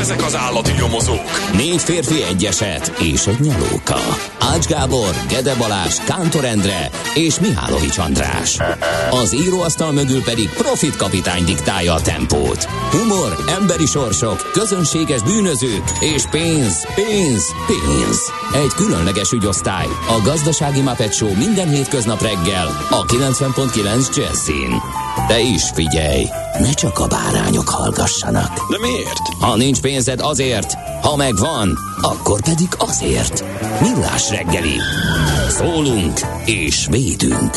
ezek az állati nyomozók? 4 férfi, egy eset és egy nyalóka. Ács Gábor, Gede Balázs, Kántor Endre és Mihálovics András. Az íróasztal mögül pedig Profit kapitány diktálja a tempót. Humor, emberi sorsok, közönséges bűnözők és pénz, pénz, pénz. Egy különleges ügyosztály, a Gazdasági Muppet Show minden hétköznap reggel a 90.9 Jazzin. De is figyelj, ne csak a bárányok hallgassanak. De miért? Ha nincs pénzed, azért, ha megvan, akkor pedig azért. Millás reggeli. Szólunk és védünk.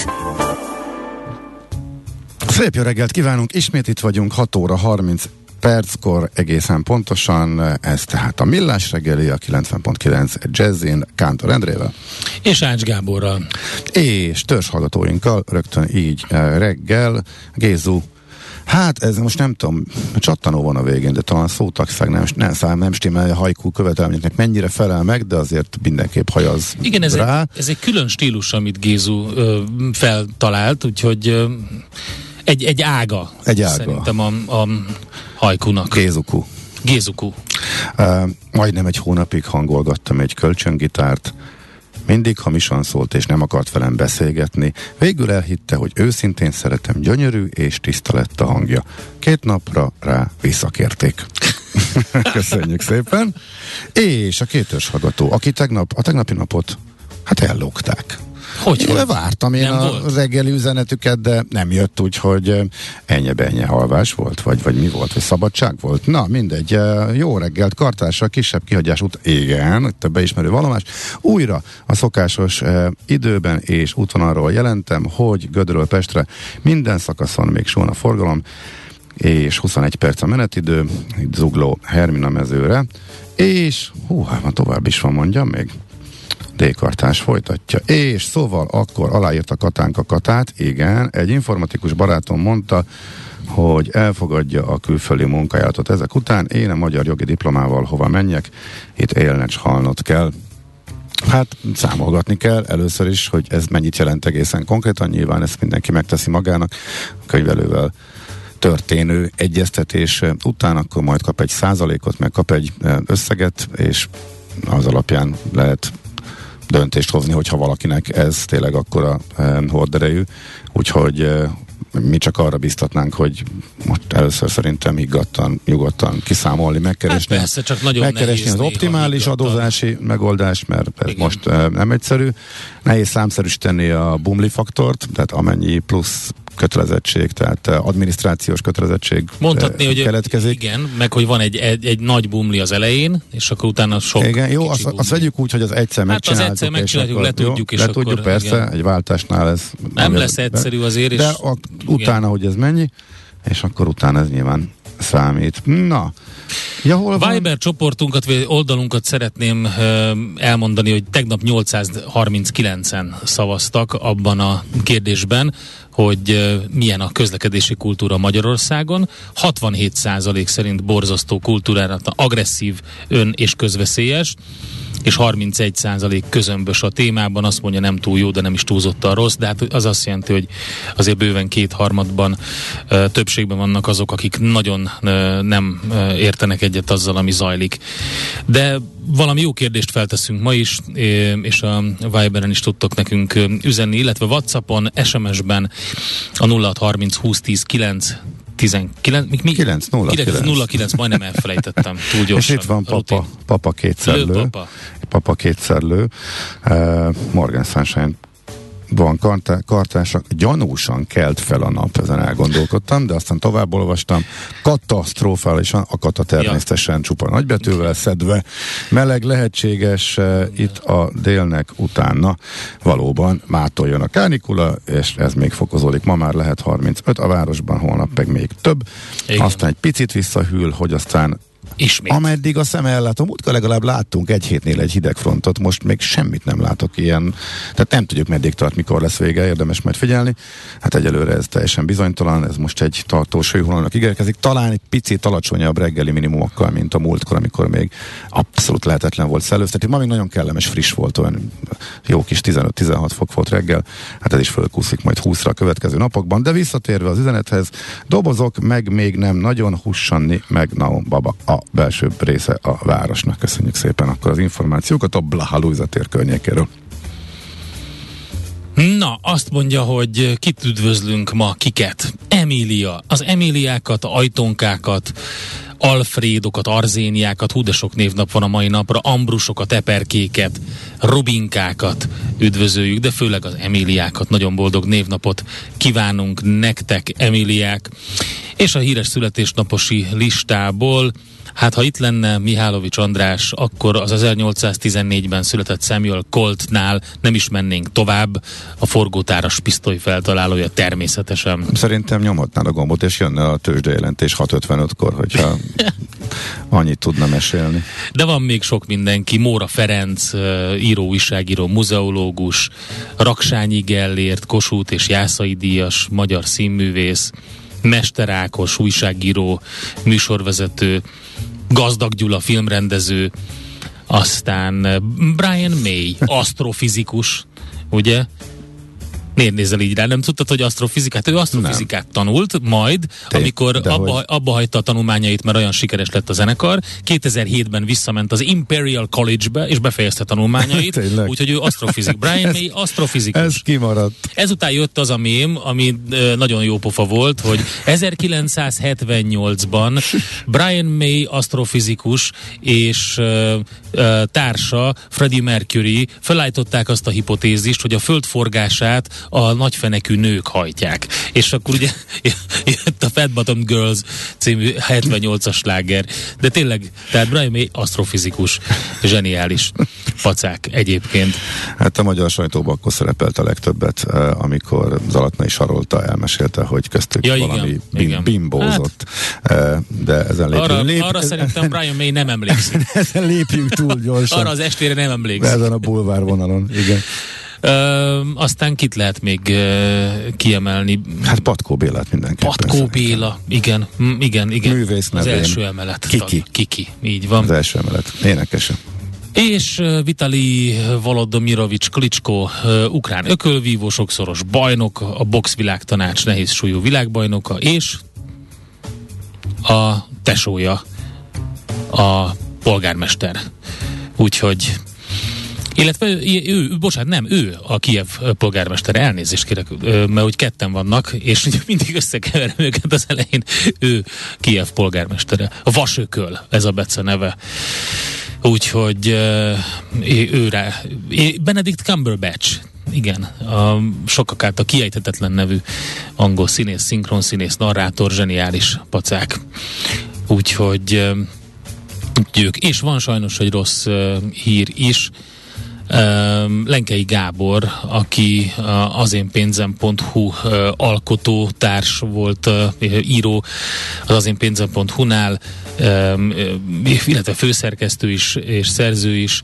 Szép jó reggelt kívánunk, ismét itt vagyunk 6 óra 30 perckor egészen pontosan, ez tehát a Millás reggeli, a 90.9 Jazzin, Kántor Endrével. És Ács Gáborral. És törzshallgatóinkkal rögtön így reggel, Gézu. Hát ez most nem tudom, csattanó van a végén, de talán szótagság nem stimmel, a haiku követelményeknek mennyire felel meg, de azért mindenképp hajaz. Igen, rá. Ez egy külön stílus, amit Gézu feltalált, úgyhogy egy ága. Szerintem a hajkunak. Gézuku. Majdnem egy hónapig hangolgattam egy kölcsöngitárt, mindig hamisan szólt, és nem akart velem beszélgetni. Végül elhitte, hogy őszintén szeretem, gyönyörű és tiszta lett a hangja. 2 napra rá visszakérték. Köszönjük szépen. És a 2 hallgató, aki a tegnapi napot ellógták. Hogy? Vártam én a reggeli üzenetüket, de nem jött, úgyhogy ennyi halvás volt, vagy mi volt, vagy szabadság volt. Na, mindegy, jó reggelt, kartásra, kisebb kihagyás igen, több beismerő vallomás. Újra a szokásos időben és útvonalról jelentem, hogy Gödről Pestre minden szakaszon még són a forgalom, és 21 perc a menetidő, itt Zugló Hermina mezőre, és van tovább is van, mondjam még. D-kartás folytatja. És szóval akkor aláírta Katánk a Katát, igen, egy informatikus barátom mondta, hogy elfogadja a külföldi munkájátot ezek után, én a magyar jogi diplomával hova menjek, itt élned, halnod kell. Hát számolgatni kell először is, hogy ez mennyit jelent egészen konkrétan, nyilván ezt mindenki megteszi magának, a könyvelővel történő egyeztetés után, akkor majd kap egy százalékot, meg kap egy összeget, és az alapján lehet döntést hozni, hogyha valakinek ez tényleg akkora horderejű, úgyhogy mi csak arra biztatnánk, hogy most először szerintem higgadtan, nyugodtan kiszámolni, megkeresni, hát persze, csak nagyon megkeresni az optimális adózási megoldást, mert ez most nem egyszerű. Nehéz számszerűsíteni a bumli faktort, tehát amennyi plusz kötelezettség, tehát adminisztrációs kötelezettség mondhatni, hogy keletkezik. Igen, meg hogy van egy nagy bumli az elején, és akkor utána sok. Igen, jó, azt vegyük úgy, hogy az egyszer megcsináltuk. Hát az egyszer megcsináljuk, letudjuk, és akkor persze, igen. Egy váltásnál ez nem lesz egyszerű azért, de utána, hogy ez mennyi, és akkor utána ez nyilván számít. Na, Viber csoportunkat, vagy oldalunkat szeretném elmondani, hogy tegnap 839-en szavaztak abban a kérdésben, hogy milyen a közlekedési kultúra Magyarországon. 67% szerint borzasztó kultúrára, agresszív, és közveszélyes, és 31% közömbös a témában, azt mondja nem túl jó, de nem is túlzottan rossz, de hát az azt jelenti, hogy azért bőven 2/3 többségben vannak azok, akik nagyon nem értenek egyet azzal, ami zajlik. De valami jó kérdést felteszünk ma is, és a Viberen is tudtok nekünk üzenni, illetve WhatsAppon, SMS-ben a 0630 2010 9 909, majdnem elfelejtettem, túl gyorsan. És itt van papa kétszerlő, Morgan Sunshine van kartársak, gyanúsan kelt fel a nap, ezen elgondolkodtam, de aztán tovább olvastam, katasztrofálisan, a kata természetesen csupa nagybetűvel szedve, meleg lehetséges itt a délnek utána. Valóban mától jön a kánikula, és ez még fokozódik. Ma már lehet 35 a városban, holnap meg még több. Igen. Aztán egy picit visszahűl, hogy aztán ismét. Ameddig a szem ellátom, múltkor legalább láttunk egy hétnél egy hidegfrontot, most még semmit nem látok ilyen, tehát nem tudjuk meddig tart, mikor lesz vége, érdemes majd figyelni. Hát egyelőre ez teljesen bizonytalan, ez most egy tartós hőhullónak ígérkezik, talán egy picit alacsonyabb reggeli minimumokkal, mint a múltkor, amikor még abszolút lehetetlen volt szellőztetni. Ma még nagyon kellemes, friss volt, olyan jó kis 15-16 fok volt reggel, hát ez is fölkúszik majd 20-ra a következő napokban, de visszatérve az üzenethez, dobozok meg még nem nagyon hussanni, meg na baba. a belsőbb része a városnak. Köszönjük szépen akkor az információkat a Blaha Lujza tér környékéről. Na, azt mondja, hogy kit üdvözlünk ma, kiket? Emília. Az Emíliákat, Ajtonkákat, Alfrédokat, Arzéniákat, hú de sok névnap van a mai napra, Ambrusokat, Eperkéket, Rubinkákat üdvözöljük, de főleg az Emíliákat. Nagyon boldog névnapot kívánunk nektek, Emíliák. És a híres születésnaposi listából, hát ha itt lenne Mihálovics András, akkor az 1814-ben született Samuel Coltnál nem is mennénk tovább, a forgótáras pisztoly feltalálója természetesen. Szerintem nyomhatnál a gombot, és jönne a tőzsdejelentés 6:55-kor, hogyha annyit tudna mesélni. De van még sok mindenki, Móra Ferenc, író, újságíró, muzeológus, Raksányi Gellért, Kossuth és Jászai díjas, magyar színművész, Mester Ákos, újságíró, műsorvezető, Gazdag Gyula, filmrendező, aztán Brian May, asztrofizikus, ugye? Miért nézel így rá? Nem tudtad, hogy asztrofizikát? Ő asztrofizikát tanult, majd, amikor abba hagyta a tanulmányait, mert olyan sikeres lett a zenekar, 2007-ben visszament az Imperial College-be, és befejezte tanulmányait, úgyhogy ő asztrofizik. Brian May asztrofizikus. Ez kimaradt. Ezután jött az a mém, ami nagyon jó pofa volt, hogy 1978-ban Brian May asztrofizikus és társa Freddie Mercury felállították azt a hipotézist, hogy a Föld forgását a nagyfenekű nők hajtják. És akkor ugye jött a Fat Bottom Girls című 78-as sláger. De tényleg, tehát Brian May asztrofizikus, zseniális pacák egyébként. Hát a magyar sajtóban akkor szerepelt a legtöbbet, amikor Zalatnai Sarolta elmesélte, hogy köztük valami bimbózott. Hát, de ezen lépjünk. Arra szerintem Brian May nem emlékszik. Ezen lépjünk túl gyorsan. Arra az estére nem emlékszik. Ezen a bulvárvonalon, igen. Aztán kit lehet még kiemelni? Hát Patkó Bélát mindenképpen. Patkó Béla, igen. Művész nevén. Az első emelet. Kiki, így van. Az első emelet, énekese. És Vitali Volodymyrovics Klitschko, ukrán ökölvívó, sokszoros bajnok, a boxvilágtanács nehéz súlyú világbajnoka, és a tesója, a polgármester. Úgyhogy illetve ő a Kijev polgármester, elnézést kérek, mert úgy ketten vannak, és mindig összekeverem őket az elején, ő Kijev polgármestere. A Vasököl, ez a bece neve. Úgyhogy őre. Benedict Cumberbatch, igen, a sokak által kiejthetetlen nevű angol színész, szinkronszínész, narrátor, zseniális pacák. Úgyhogy ők. És van sajnos egy rossz hír is. Lenkei Gábor, aki az énpénzem.hu alkotótárs volt, író az azénpénzem.hu-nál, illetve főszerkesztő is és szerző is,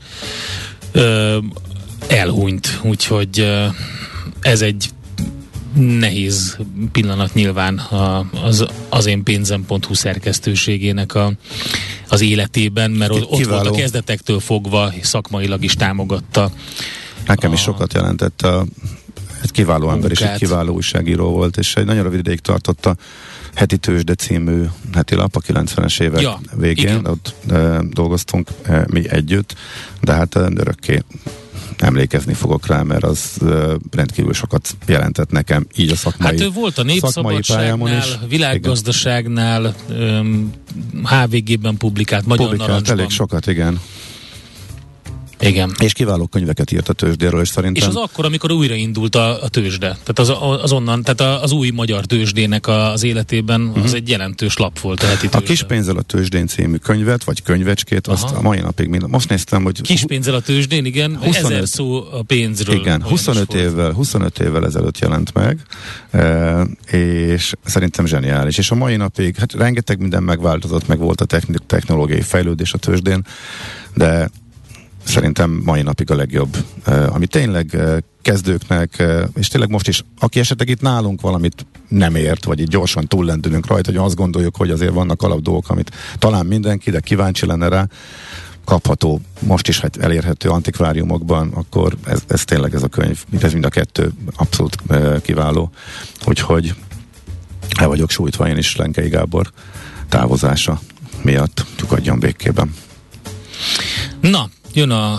elhunyt, úgyhogy ez egy nehéz pillanat nyilván az énpénzem.hu szerkesztőségének az életében, mert ott volt a kezdetektől fogva, szakmailag is támogatta. Nekem is sokat jelentett, egy kiváló ember és egy kiváló újságíró volt, és egy nagyon rövid ideig tartott a Heti Tőzsde című heti lap a 90-es évek végén, ott dolgoztunk mi együtt, de hát örökké emlékezni fogok rá, mert az rendkívül sokat jelentett nekem, így a szakmai. Hát ő volt a Népszabadságnál, Világgazdaságnál, HVG-ben publikált, Magyar Narancsban. Elég sokat, igen. Igen. És kiváló könyveket írt a tőzsdéről, és szerintem... És az akkor, amikor újraindult a tőzsde. Tehát az új magyar tőzsdének az életében az egy jelentős lap volt a heti tőzsde. A Kispénzzel a tőzsdén című könyvet, vagy könyvecskét, azt a mai napig most néztem, hogy... Kispénzzel a tőzsdén, igen, 1000 szó a pénzről. Igen, 25 évvel ezelőtt jelent meg, és szerintem zseniális. És a mai napig, hát rengeteg minden megváltozott, meg volt a technológiai fejlődés a tőzsdén, de szerintem mai napig a legjobb, ami tényleg kezdőknek, és tényleg most is, aki esetleg itt nálunk valamit nem ért, vagy itt gyorsan túllendülünk rajta, hogy azt gondoljuk, hogy azért vannak alapdolgok, amit talán mindenki, de kíváncsi lenne rá, kapható, most is elérhető antikváriumokban, akkor ez tényleg ez a könyv, ez mind a kettő abszolút kiváló. Úgyhogy el vagyok sújtva én is Lenkei Gábor távozása miatt. nyugodjon békében. Na, jön a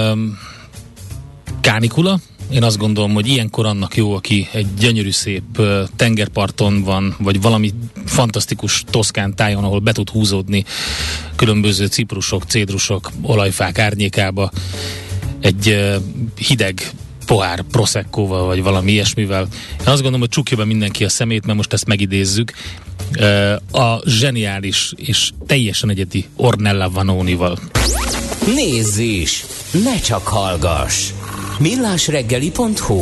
kánikula. Én azt gondolom, hogy ilyenkor annak jó, aki egy gyönyörű szép tengerparton van, vagy valami fantasztikus toszkán tájon, ahol be tud húzódni különböző ciprusok, cédrusok, olajfák árnyékába egy hideg pohár proseccoval, vagy valami ilyesmivel. Én azt gondolom, hogy csukja be mindenki a szemét, mert most ezt megidézzük, a zseniális és teljesen egyedi Ornella Vanonival. Nézz is! Ne csak hallgass! millásreggeli.hu.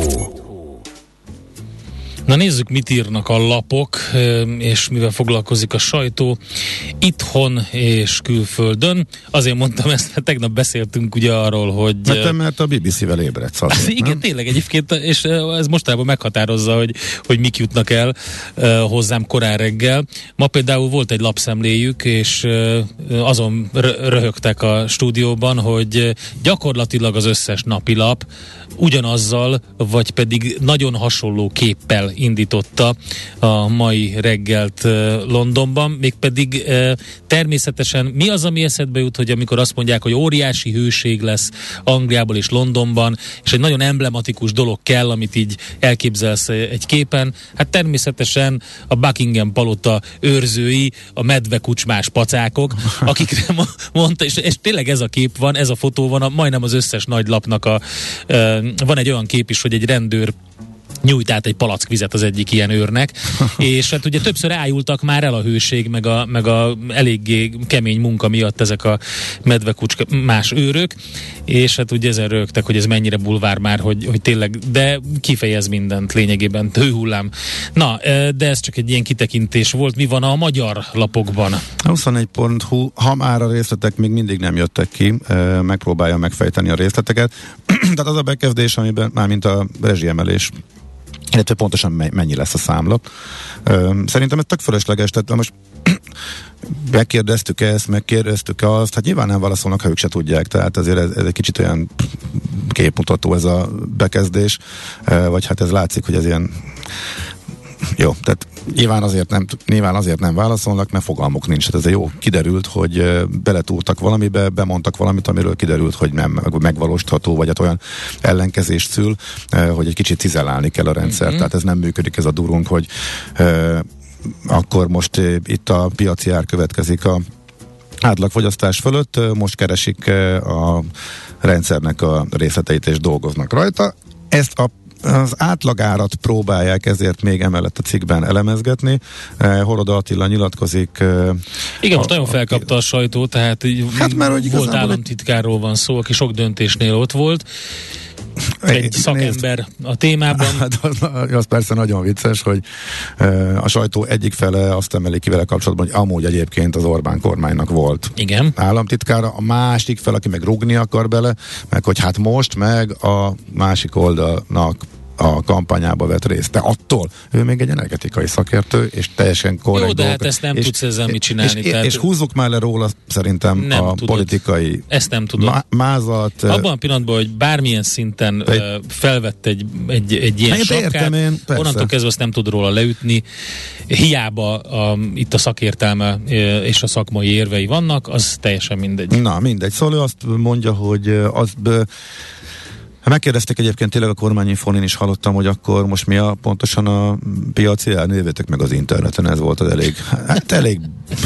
Na nézzük, mit írnak a lapok, és mivel foglalkozik a sajtó itthon és külföldön. Azért mondtam ezt, mert tegnap beszéltünk ugye arról, hogy... Mert a BBC-vel ébredsz. Igen, tényleg egyébként, és ez mostában meghatározza, hogy mik jutnak el hozzám korán reggel. Ma például volt egy lapszemléjük, és azon röhögtek a stúdióban, hogy gyakorlatilag az összes napilap ugyanazzal, vagy pedig nagyon hasonló képpel indította a mai reggelt Londonban, mégpedig természetesen mi az, ami eszedbe jut, hogy amikor azt mondják, hogy óriási hőség lesz Angliából és Londonban, és egy nagyon emblematikus dolog kell, amit így elképzelsz egy képen, hát természetesen a Buckingham palota őrzői, a medvekucsmás pacákok, akikre mondta, és tényleg ez a kép van, ez a fotó van, majdnem az összes nagy lapnak van egy olyan kép is, hogy egy rendőr nyújt át egy palackvizet az egyik ilyen őrnek, és hát ugye többször ájultak már el a hőség, meg a eléggé kemény munka miatt ezek a medvekucskás őrök, és hát ugye ezen rögtek, hogy ez mennyire bulvár már, hogy tényleg, de kifejez mindent lényegében, hőhullám. Na, de ez csak egy ilyen kitekintés volt. Mi van a magyar lapokban? 24.hu, ha már a részletek még mindig nem jöttek ki, megpróbálja megfejteni a részleteket. Tehát az a bekezdés, amiben már mint a rezsiemelés, illetve pontosan mennyi lesz a számla. Szerintem ez tök fölösleges, tehát most megkérdeztük ezt, megkérdeztük azt, hát nyilván nem válaszolnak, ha ők se tudják, tehát azért ez egy kicsit olyan képmutató ez a bekezdés, vagy hát ez látszik, hogy ez ilyen jó, tehát nyilván azért nem válaszolnak, mert fogalmuk nincs. Tehát ez jó, kiderült, hogy beletúrtak valamibe, bemondtak valamit, amiről kiderült, hogy nem megvalósítható, vagy hát olyan ellenkezést szül, hogy egy kicsit cizellálni kell a rendszer. Tehát ez nem működik, ez a durunk, hogy akkor most itt a piaci ár következik a átlagfogyasztás fölött, most keresik a rendszernek a részleteit és dolgoznak rajta. Ezt az átlagárat próbálják ezért még emellett a cikkben elemezgetni. Horoda Attila nyilatkozik. Igen, most nagyon felkapta a sajtó, tehát hát volt államtitkárról van szó, aki sok döntésnél ott volt. Egy szakember a témában. Hát az persze nagyon vicces, hogy a sajtó egyik fele azt emeli ki vele kapcsolatban, hogy amúgy egyébként az Orbán kormánynak volt államtitkára, a másik fel, aki meg rugni akar bele, meg hogy hát most meg a másik oldalnak a kampányába vett részt. De attól ő még egy energetikai szakértő, és teljesen korrekt. Jó, de hát ezt nem tudsz ezzel mit csinálni. És húzzuk már le róla szerintem nem a tudod. Politikai ezt nem tudod. Mázat. Abban a pillanatban, hogy bármilyen szinten felvett egy ilyen sapkát, onnantól kezdve azt nem tud róla leütni. Hiába itt a szakértelme és a szakmai érvei vannak, az teljesen mindegy. Na, mindegy. Szóval ő azt mondja, hogy megkérdezték egyébként tényleg a kormányinfón, én is hallottam, hogy akkor most mi a pontosan a piaci ár, nézzétek meg az interneten, ez volt az elég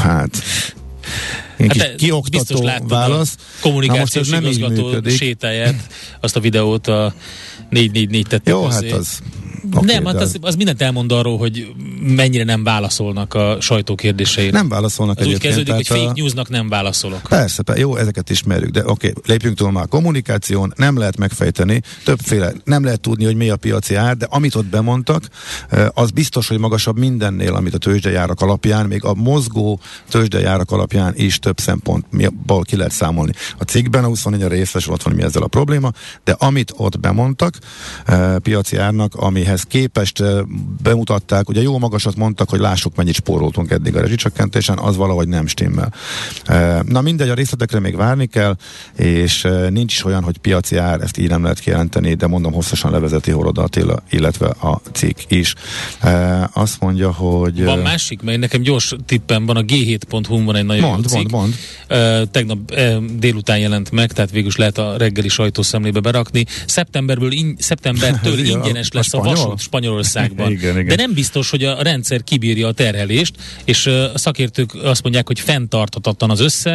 kioktató válasz. A kommunikációs igazgató sétáját, azt a videót a 444 tette. Jó, közé. Hát az... Okay, nem, hát az mindent elmond arról, hogy mennyire nem válaszolnak a sajtó kérdéseire. Nem válaszolnak az egyébként. Úgy kezdődik, hogy fake newsnak nem válaszolok. Persze, jó, ezeket ismerjük, de oké, lépjünk túl már. Kommunikáción nem lehet megfejteni, többféle, nem lehet tudni, hogy mi a piaci ár, de amit ott bemondtak, az biztos, hogy magasabb mindennél, amit a tőzsdejárak alapján, még a mozgó tőzsdejárak alapján is több szempontból ki lehet számolni. A cikkben a 24 részes ott van, mi ezzel a probléma, de amit ott bemondtak, piaci árnak, amihez képest bemutatták, ugye jó magasat mondtak, hogy lássuk, mennyit spóroltunk eddig a rezsicsökkentésen, az valahogy nem stimmel. Na mindegy, a részletekre még várni kell, és nincs is olyan, hogy piaci ár, ezt így nem lehet kijelenteni, de mondom, hosszasan levezeti Horoda Attila, illetve a cikk is. Azt mondja, hogy... Van másik, mert nekem gyors tippem van, a G7.hu-n van egy nagyon jó cikk. Mond. tegnap délután jelent meg, tehát végül is lehet a reggeli sajtószemlébe berakni. Szeptembertől ingyenes lesz a vasút Spanyolországban. Igen. De nem biztos, hogy a rendszer kibírja a terhelést, és a szakértők azt mondják, hogy fenntarthatatlan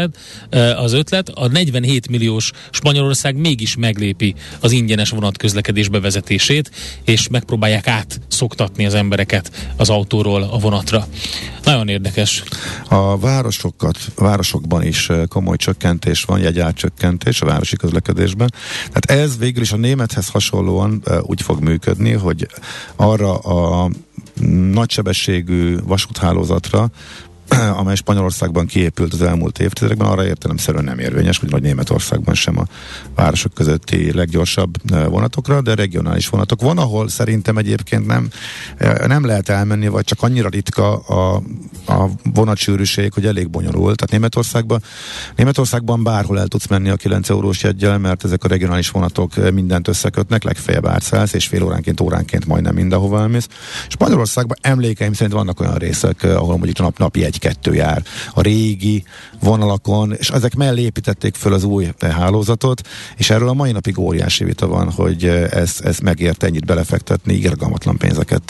az ötlet. A 47 milliós Spanyolország mégis meglépi az ingyenes vonatközlekedés bevezetését, és megpróbálják átszoktatni az embereket az autóról a vonatra. Nagyon érdekes. A városokban is komoly csökkentés van, jegyárcsökkentés a városi közlekedésben. Tehát ez végül is a némethez hasonlóan úgy fog működni, hogy arra a nagysebességű vasúthálózatra, amely Spanyolországban kiépült az elmúlt évtizedekben, arra értelemszerűen nem érvényes, hogy Németországban sem a városok közötti leggyorsabb vonatokra, de regionális vonatok. Van, ahol szerintem egyébként nem lehet elmenni, vagy csak annyira ritka a vonatsűrűség, hogy elég bonyolult. Tehát Németországban bárhol el tudsz menni a 9 eurós jeggyel, mert ezek a regionális vonatok mindent összekötnek, legfeljebb átszállsz, és fél óránként majdnem mindenhova elmész. Spanyolországban emlékeim szerint vannak olyan részek, ahol mondjuk napi 1-2 jár a régi vonalakon, és ezek mellé építették föl az új hálózatot, és erről a mai napig óriási vita van, hogy ez megérte ennyit belefektetni, irgalmatlan pénzeket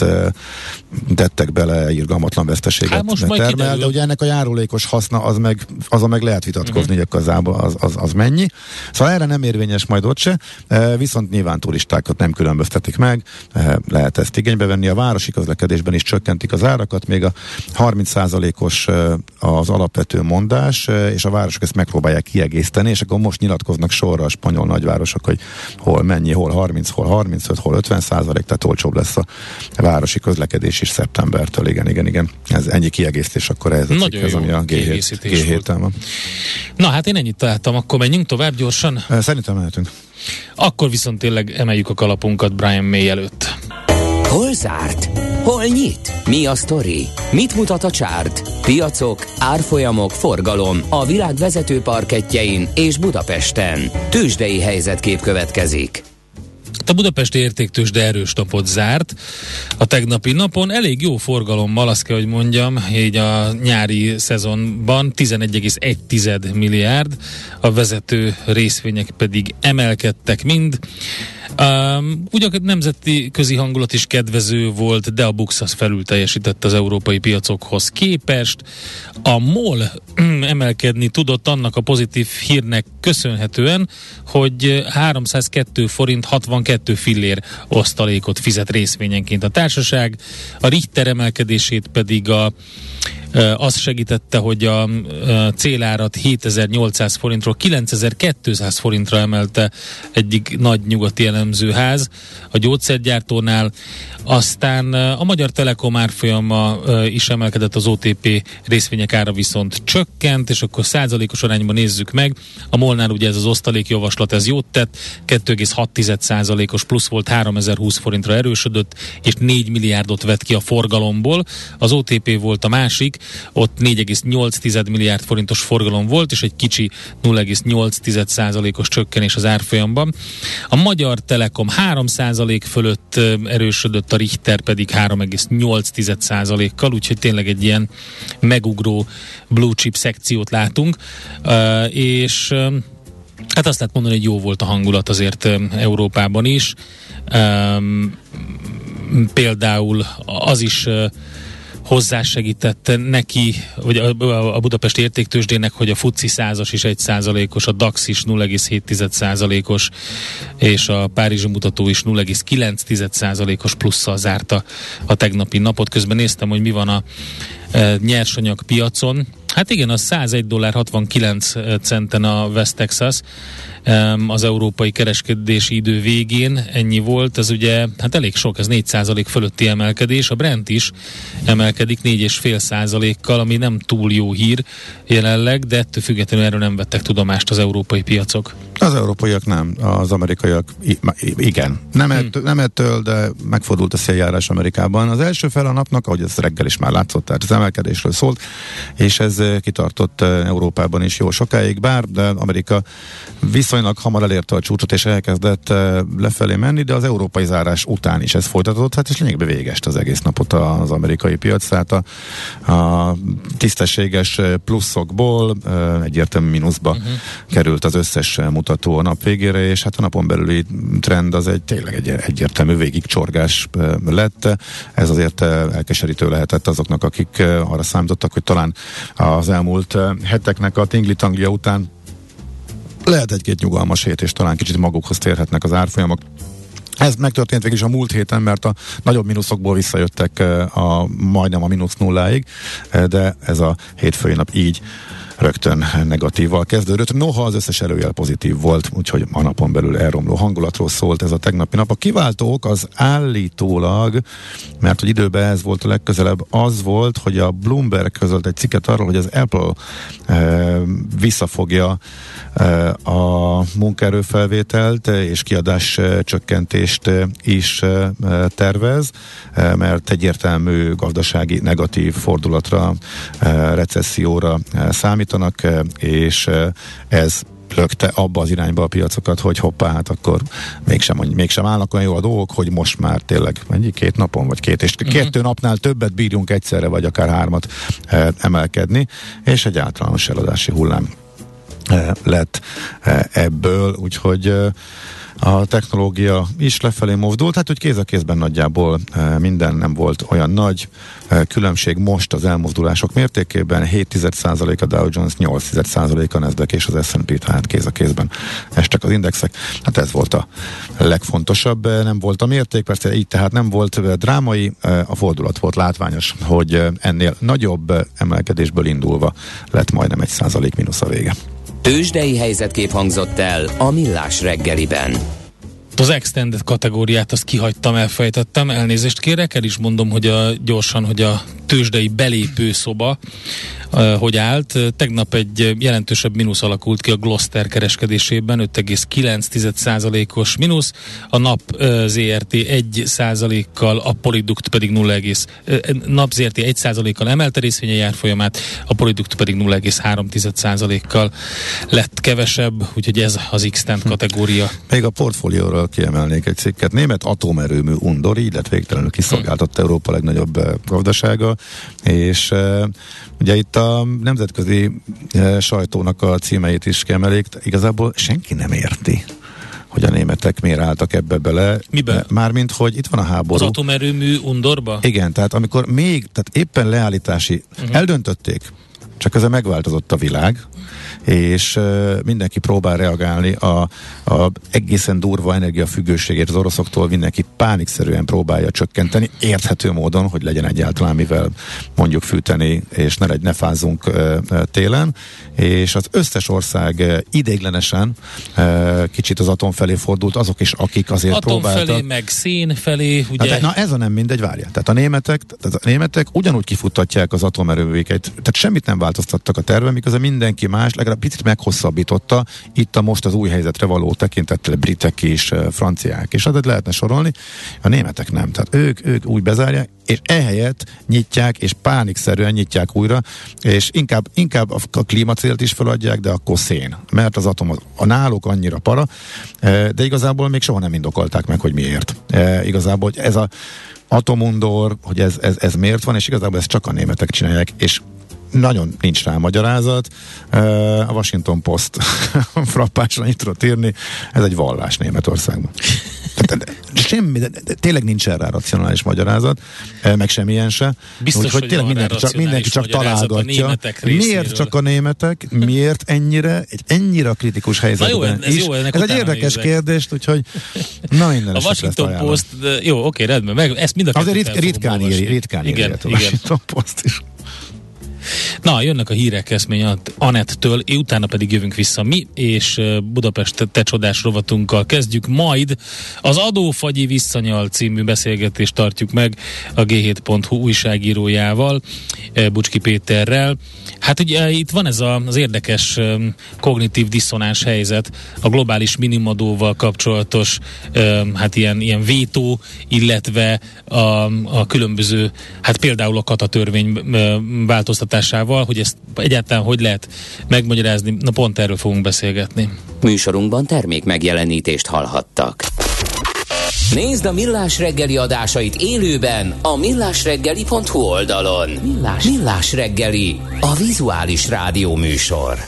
tettek bele, irgalmatlan veszteséget termel, de ugye ennek a járulékos haszna azon meg lehet vitatkozni, hogy igazából az mennyi. Szóval erre nem érvényes majd ott se, viszont nyilván turistákat nem különböztetik meg, lehet ezt igénybe venni. A városi közlekedésben is csökkentik az árakat, még a 30%-os az alapvető mondás, és a városok ezt megpróbálják kiegészíteni, és akkor most nyilatkoznak sorra a spanyol nagyvárosok, hogy hol mennyi, hol 30, hol 35, hol 50%, tehát olcsóbb lesz a városi közlekedés is szeptembertől. Igen. Ez ennyi kiegészítés akkor ez a cikkhez, ami a G7-tel van. Na hát én ennyit találtam, akkor menjünk tovább gyorsan. Szerintem mehetünk. Akkor viszont tényleg emeljük a kalapunkat Brian May előtt. Hol zárt? Hol nyit? Mi a sztori? Mit mutat a csárt? Piacok, árfolyamok, forgalom a világ vezető parkettjein és Budapesten. Tőzsdei helyzetkép következik. A budapesti értéktőzsde erős napot zárt a tegnapi napon. Elég jó forgalommal, azt kell, hogy mondjam, így a nyári szezonban 11,1 milliárd, a vezető részvények pedig emelkedtek mind. Ugye a nemzeti közi hangulat is kedvező volt, de a Bux az felül teljesített az európai piacokhoz képest. A MOL emelkedni tudott annak a pozitív hírnek köszönhetően, hogy 302 forint 62 fillér osztalékot fizet részvényenként a társaság. A Richter emelkedését pedig az segítette, hogy a célárat 7800 forintról 9200 forintra emelte egyik nagy nyugati elemzőház a gyógyszergyártónál. Aztán a Magyar Telekom árfolyama is emelkedett, az OTP részvények ára viszont csökkent, és akkor százalékos arányban nézzük meg. A MOL-nál ugye ez az osztalékjavaslat, ez jót tett, 2,6%-os plusz volt, 3020 forintra erősödött, és 4 milliárdot vett ki a forgalomból. Az OTP volt a másik, ott 4,8 milliárd forintos forgalom volt, és egy kicsi 0,8%-os csökkenés az árfolyamban. A Magyar Telekom 3% fölött erősödött, a Richter pedig 3,8%-kal, úgyhogy tényleg egy ilyen megugró blue chip szekciót látunk, és hát azt lehet mondani, hogy jó volt a hangulat azért Európában is. Például az is hozzásegített neki, vagy a budapesti értéktőzsdének, hogy a FTSE 100-as is 1%-os, a DAX is 0,7%-os, és a párizsi mutató is 0,9%-os plusszal zárta a tegnapi napot. Közben néztem, hogy mi van a nyersanyag piacon. Hát igen, az $101.69 a West Texas az európai kereskedési idő végén, ennyi volt, ez ugye hát elég sok, ez 4% fölötti emelkedés, a Brent is emelkedik 4,5%-kal, ami nem túl jó hír jelenleg, de ettől függetlenül erről nem vettek tudomást az európai piacok. Az európaiak nem, az amerikaiak igen. Nem ettől, de megfordult a széljárás Amerikában. Az első fel a napnak, ahogy ez reggel is már látszott, tehát az emelkedésről szólt, és ez kitartott Európában is jó sokáig, de Amerika viszonylag hamar elérte a csúcsot, és elkezdett lefelé menni, de az európai zárás után is ez folytatódott, hát és lényegben végest az egész napot az amerikai piac, tehát a tisztességes pluszokból egyértelmű mínuszba került az összes mutató a nap végére, és hát a napon belüli trend az tényleg egy egyértelmű végigcsorgás lett. Ez azért elkeserítő lehetett azoknak, akik arra számítottak, hogy talán az elmúlt heteknek a tingli-tanglia után lehet egy-két nyugalmas hét, és talán kicsit magukhoz térhetnek az árfolyamok. Ez megtörtént végig is a múlt héten, mert a nagyobb mínuszokból visszajöttek majdnem a mínusz nulláig, de ez a hétfői nap így rögtön negatívval kezdődött. Noha az összes előjel pozitív volt, úgyhogy a napon belül elromló hangulatról szólt ez a tegnapi nap. A kiváltó ok az állítólag, mert hogy időben ez volt a legközelebb, az volt, hogy a Bloomberg közölt egy cikket arról, hogy az Apple visszafogja a munkaerőfelvételt és kiadás csökkentést is tervez, mert egyértelmű gazdasági negatív fordulatra, recesszióra számítanak, és ez lökte abba az irányba a piacokat, hogy hoppá, hát akkor mégsem állnak olyan jól a dolgok, hogy most már tényleg két napon, vagy kettő napnál többet bírjunk egyszerre, vagy akár 3 emelkedni, és egy általános eladási hullám lett ebből, úgyhogy a technológia is lefelé mozdult, hát úgy kéz a kézben nagyjából minden nem volt olyan nagy különbség most az elmozdulások mértékében, 7% a Dow Jones, 8% a Nasdaq és az S&P, tehát kéz a kézben estek az indexek. Hát ez volt a legfontosabb, nem volt a mérték, persze így tehát nem volt drámai, a fordulat volt látványos, hogy ennél nagyobb emelkedésből indulva lett majdnem 1% mínusz a vége. Tőzsdei helyzetkép hangzott el a Millás reggeliben. Az extended kategóriát azt kihagytam, elfejtettem, elnézést kérek, el is mondom, hogy gyorsan, hogy a tőzsdei belépő szoba hogy állt. Tegnap egy jelentősebb mínusz alakult ki a Gloster kereskedésében, 5,9%-os mínusz, a NAP ZRT 1%-kal, a Polyduct pedig NAP ZRT 1%-kal emelte részvényei árfolyamát, a Polyduct pedig 0,3%-kal lett kevesebb, úgyhogy ez az Extend kategória. Még a portfólióról kiemelnék egy cikket. Német atomerőmű Undor, így lett végtelenül kiszolgáltatta Európa legnagyobb gazdasága, és ugye itt a nemzetközi sajtónak a címeit is kiemelik, igazából senki nem érti, hogy a németek miért álltak ebbe bele. Miben? Mármint, hogy itt van a háború. Az atomerőmű Undorba? Igen, tehát amikor tehát éppen leállítási eldöntötték, csak ezzel megváltozott a világ, és mindenki próbál reagálni a egészen durva energiafüggőségét az oroszoktól, mindenki pánikszerűen próbálja csökkenteni, érthető módon, hogy legyen egyáltalán mivel mondjuk fűteni, és ne fázzunk télen, és az összes ország ideiglenesen kicsit az atom felé fordult, azok is, akik azért atom próbáltak. Atom felé, meg szén felé, ugye? Na ez a nem mindegy, várja. Tehát a németek ugyanúgy kifuttatják az atomerőműveket, tehát semmit nem változtattak a terve, miközben mindenki más legalább picit meghosszabbította itt most az új helyzetre való tekintettel britek is, franciák is, hát lehetne sorolni, a németek nem. Tehát ők úgy bezárják, és ehelyett nyitják, és pánikszerűen nyitják újra, és inkább a klímacélt is feladják, de akkor szén. Mert az atom a náluk annyira para, de igazából még soha nem indokolták meg, hogy miért. Igazából, hogy ez az atomundor, hogy ez miért van, és igazából ezt csak a németek csinálják, és nagyon nincs rá magyarázat. A Washington Post frappásra annyit tudott írni, ez egy vallás Németországban. Semmi, de tényleg nincs erre racionális magyarázat, meg semmilyen se. Biztos, úgyhogy tényleg mindenki csak találgatja. Miért csak a németek? Miért ennyire kritikus helyzetben is? Ez egy érdekes kérdés, úgyhogy na minden a Washington Post, jó, oké, rendben, meg ezt mind a kettőt azért ritkán írja a Washington Post is. Na, jönnek a hírek Eszmény Anettől, utána pedig jövünk vissza mi, és Budapest te csodás rovatunkkal kezdjük, majd az Adófagyi visszanyal című beszélgetést tartjuk meg a G7.hu újságírójával, Bucski Péterrel. Hát ugye itt van ez az érdekes kognitív diszonáns helyzet, a globális minimumadóval kapcsolatos hát ilyen vétó, illetve a különböző, hát például a Kata törvény változtatásával, hogy ezt egyáltalán hogy lehet megmagyarázni, na pont erről fogunk beszélgetni. Műsorunkban termék megjelenítést hallhattak. Nézd a Millás reggeli adásait élőben a millásreggeli.hu oldalon. Millás reggeli, a vizuális rádió műsor.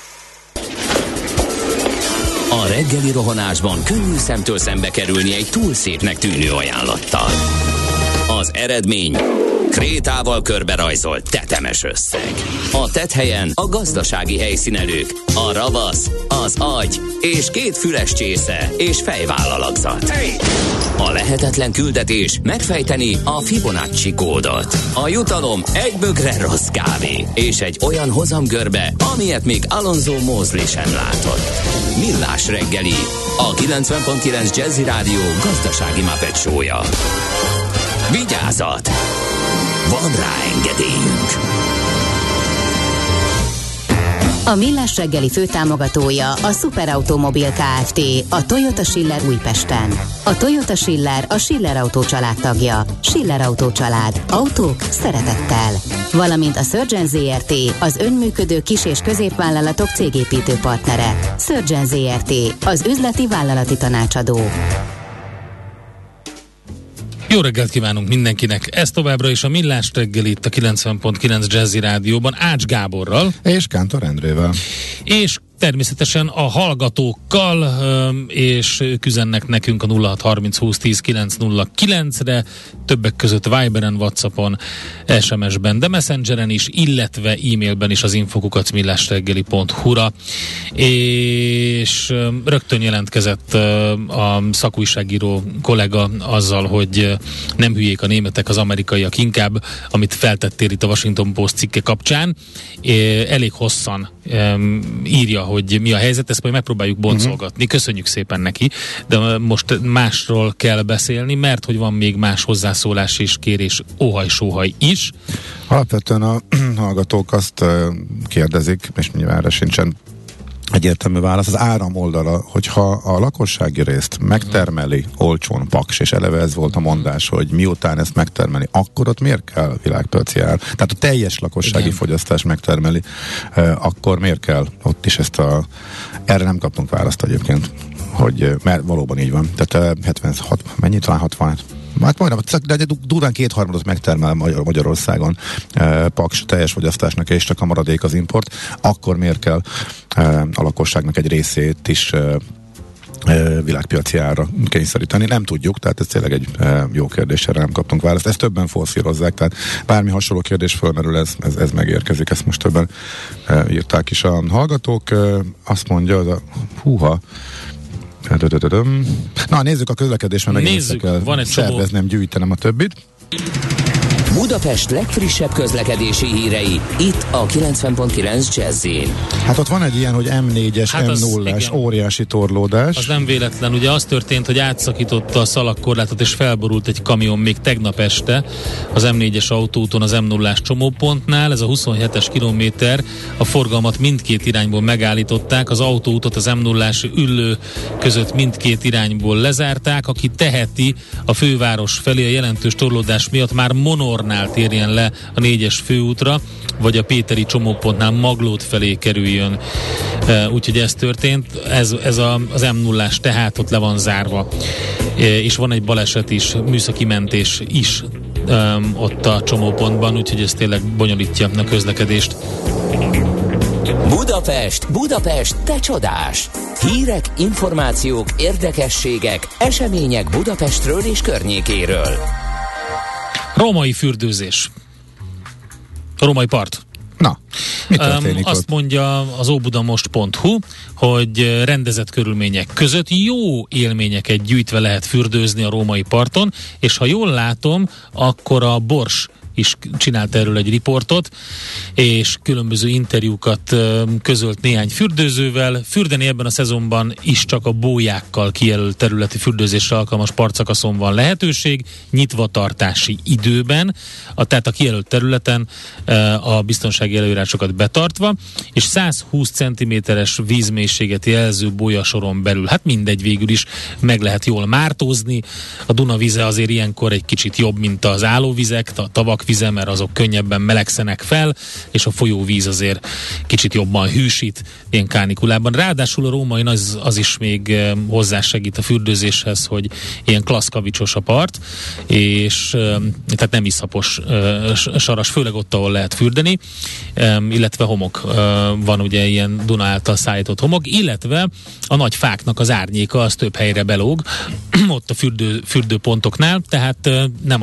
A reggeli rohanásban könnyű szemtől szembe kerülni egy túl szépnek tűnő ajánlattal. Az eredmény krétával körberajzolt tetemes összeg. A tetthelyen a gazdasági helyszínelők, a ravasz, az agy és 2 füles csésze és fejvállalakzat. A lehetetlen küldetés megfejteni a Fibonacci kódot. A jutalom egy bögre rossz kávé és egy olyan hozamgörbe, amilyet még Alonso Mosley sem látott. Millás reggeli, a 90.9 Jazzy Rádió gazdasági Muppet show-ja. Vigyázat! Van rá engedélyünk! A Millás reggeli főtámogatója a Superautomobil Kft. A Toyota Schiller Újpesten. A Toyota Schiller a Schiller Autó család tagja. Schiller Autó család. Autók szeretettel. Valamint a Surgeon ZRT, az önműködő kis- és középvállalatok cégépítő partnere. Surgeon ZRT, az üzleti vállalati tanácsadó. Jó reggelt kívánunk mindenkinek! Ez továbbra is a Millás reggeli itt a 90.9 Jazzy Rádióban Ács Gáborral. És Kántor Endrével. És természetesen a hallgatókkal, és ők üzennek nekünk a 063020100909-re, többek között Viberen, WhatsAppon, SMS-ben, de Messengeren is, illetve e-mailben is az info@millásreggeli.hu-ra. És rögtön jelentkezett a szakújságíró kollega azzal, hogy nem hülyék a németek, az amerikaiak inkább, amit feltettél itt a Washington Post cikke kapcsán. Elég hosszan írja, hogy mi a helyzet, ezt majd megpróbáljuk boncolgatni. Köszönjük szépen neki, de most másról kell beszélni, mert hogy van még más hozzászólás és kérés, óhaj-sóhaj is. Alapvetően a hallgatók azt kérdezik, és nyilván erre sincsen egyértelmű válasz, az áram oldala, hogyha a lakossági részt megtermeli olcsón Paks, és eleve ez volt a mondás, hogy miután ezt megtermeli, akkor ott miért kell világpiaci ár? Tehát a teljes lakossági fogyasztás megtermeli, akkor miért kell ott is ezt erre nem kaptunk választ egyébként, hogy mert valóban így van. Tehát 76, mennyit? Talán 60. Hát majdnem, de durván 2/3 megtermel Magyarországon Paks teljes fogyasztásnak, és csak a maradék az import, akkor miért kell a lakosságnak egy részét is világpiaci árra kényszeríteni? Nem tudjuk, tehát ez tényleg egy jó kérdés, erre nem kaptunk választ. Ezt többen forszírozzák, tehát bármi hasonló kérdés fölmerül, ez megérkezik, ezt most többen írták is a hallgatók. Azt mondja, na, nézzük a közlekedésben, megint össze kell szerveznem, gyűjtenem a többit. Budapest legfrissebb közlekedési hírei, itt a 90.9 Jazz-in. Hát ott van egy ilyen, hogy M4-es, hát M0-es óriási torlódás. Az nem véletlen, ugye az történt, hogy átszakította a szalagkorlátot és felborult egy kamion még tegnap este az M4-es autóúton az M0-ás csomópontnál, ez a 27-es kilométer, a forgalmat mindkét irányból megállították, az autóútot az M0-ás Üllő között mindkét irányból lezárták, aki teheti a főváros felé a jelentős torlódás miatt már Monornál térjen le a 4-es főútra, vagy a Péteri csomópontnál Maglód felé kerüljön. Úgyhogy ez történt. Ez az M0-ás tehát ott le van zárva. És van egy baleset is, műszaki mentés is ott a csomópontban, úgyhogy ez tényleg bonyolítja a közlekedést. Budapest, te csodás! Hírek, információk, érdekességek, események Budapestről és környékéről. Római fürdőzés. Római part. Na, mi történik azt ott? mondja az óbudamost.hu, hogy rendezett körülmények között jó élményeket gyűjtve lehet fürdőzni a római parton, és ha jól látom, akkor a Bors is csinált erről egy riportot, és különböző interjúkat közölt néhány fürdőzővel. Fürdeni ebben a szezonban is csak a bójákkal kijelölt területi fürdőzésre alkalmas partszakaszon van lehetőség, nyitvatartási időben, tehát a kijelölt területen a biztonsági előírásokat betartva, és 120 cm-es vízmélységet jelző bólyasoron belül. Hát mindegy, végül is meg lehet jól mártózni. A Duna vize azért ilyenkor egy kicsit jobb, mint az állóvizek, a tavak vize, mert azok könnyebben melegszenek fel, és a folyóvíz azért kicsit jobban hűsít ilyen kánikulában. Ráadásul a római az is még hozzásegít a fürdőzéshez, hogy ilyen klassz kavicsos a part, és tehát nem iszapos saras, főleg ott, ahol lehet fürdeni, illetve homok van, ugye ilyen Duna által szállított homok, illetve a nagy fáknak az árnyéka az több helyre belóg, ott a fürdőpontoknál, tehát nem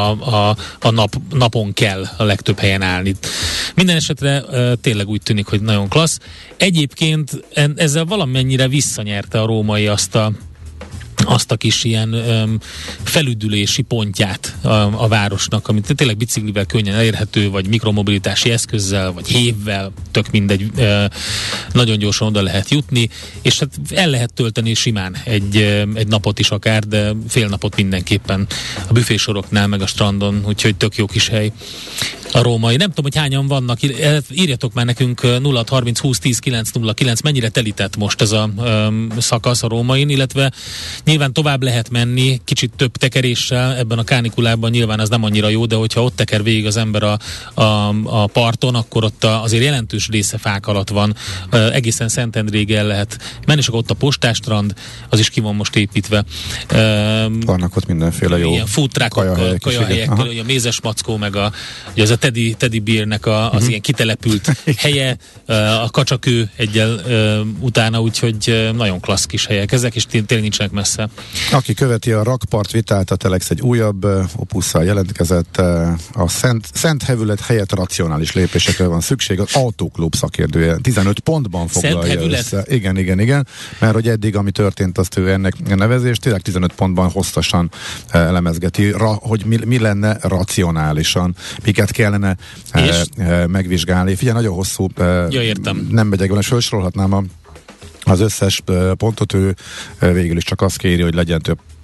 a napon kell a legtöbb helyen állni. Minden esetre tényleg úgy tűnik, hogy nagyon klassz. Egyébként ezzel valamennyire visszanyerte a római azt a kis ilyen felüdülési pontját a városnak, amit tényleg biciklivel könnyen elérhető, vagy mikromobilitási eszközzel, vagy hévvel, tök mindegy, nagyon gyorsan oda lehet jutni, és hát el lehet tölteni simán egy napot is akár, de fél napot mindenképpen a büfésoroknál, meg a strandon, úgyhogy tök jó kis hely a római. Nem tudom, hogy hányan vannak, írjatok már nekünk 0630 20 10 909, mennyire telített most ez a szakasz a rómain, illetve nyilván tovább lehet menni, kicsit több tekeréssel, ebben a kánikulában nyilván az nem annyira jó, de hogyha ott teker végig az ember a parton, akkor ott azért jelentős része fák alatt van, egészen Szentendréig el lehet menni, és akkor ott a postástrand, az is ki van most építve. Vannak ott mindenféle jó ilyen food truckok, kajahelyekkel, a mézes mackó, meg az a Teddy Beernek az ilyen kitelepült helye, a kacsakő egyel utána, úgyhogy nagyon klassz kis helyek ezek, és tényleg nincsenek messze. Aki követi a rakpart vitát, a Telex egy újabb opusszal jelentkezett. A szent hevület helyett racionális lépésekre van szükség. Az Autóklub szakértője 15 pontban foglalja össze. Igen. Mert hogy eddig, ami történt, azt ő ennek nevezés, tényleg 15 pontban hosszasan elemezgeti, hogy mi lenne racionálisan, miket kellene megvizsgálni. Figyelj, nagyon hosszú. Értem. Nem megyek vele, felsorolhatnám az összes pontot, ő végül is csak azt kéri, hogy legyen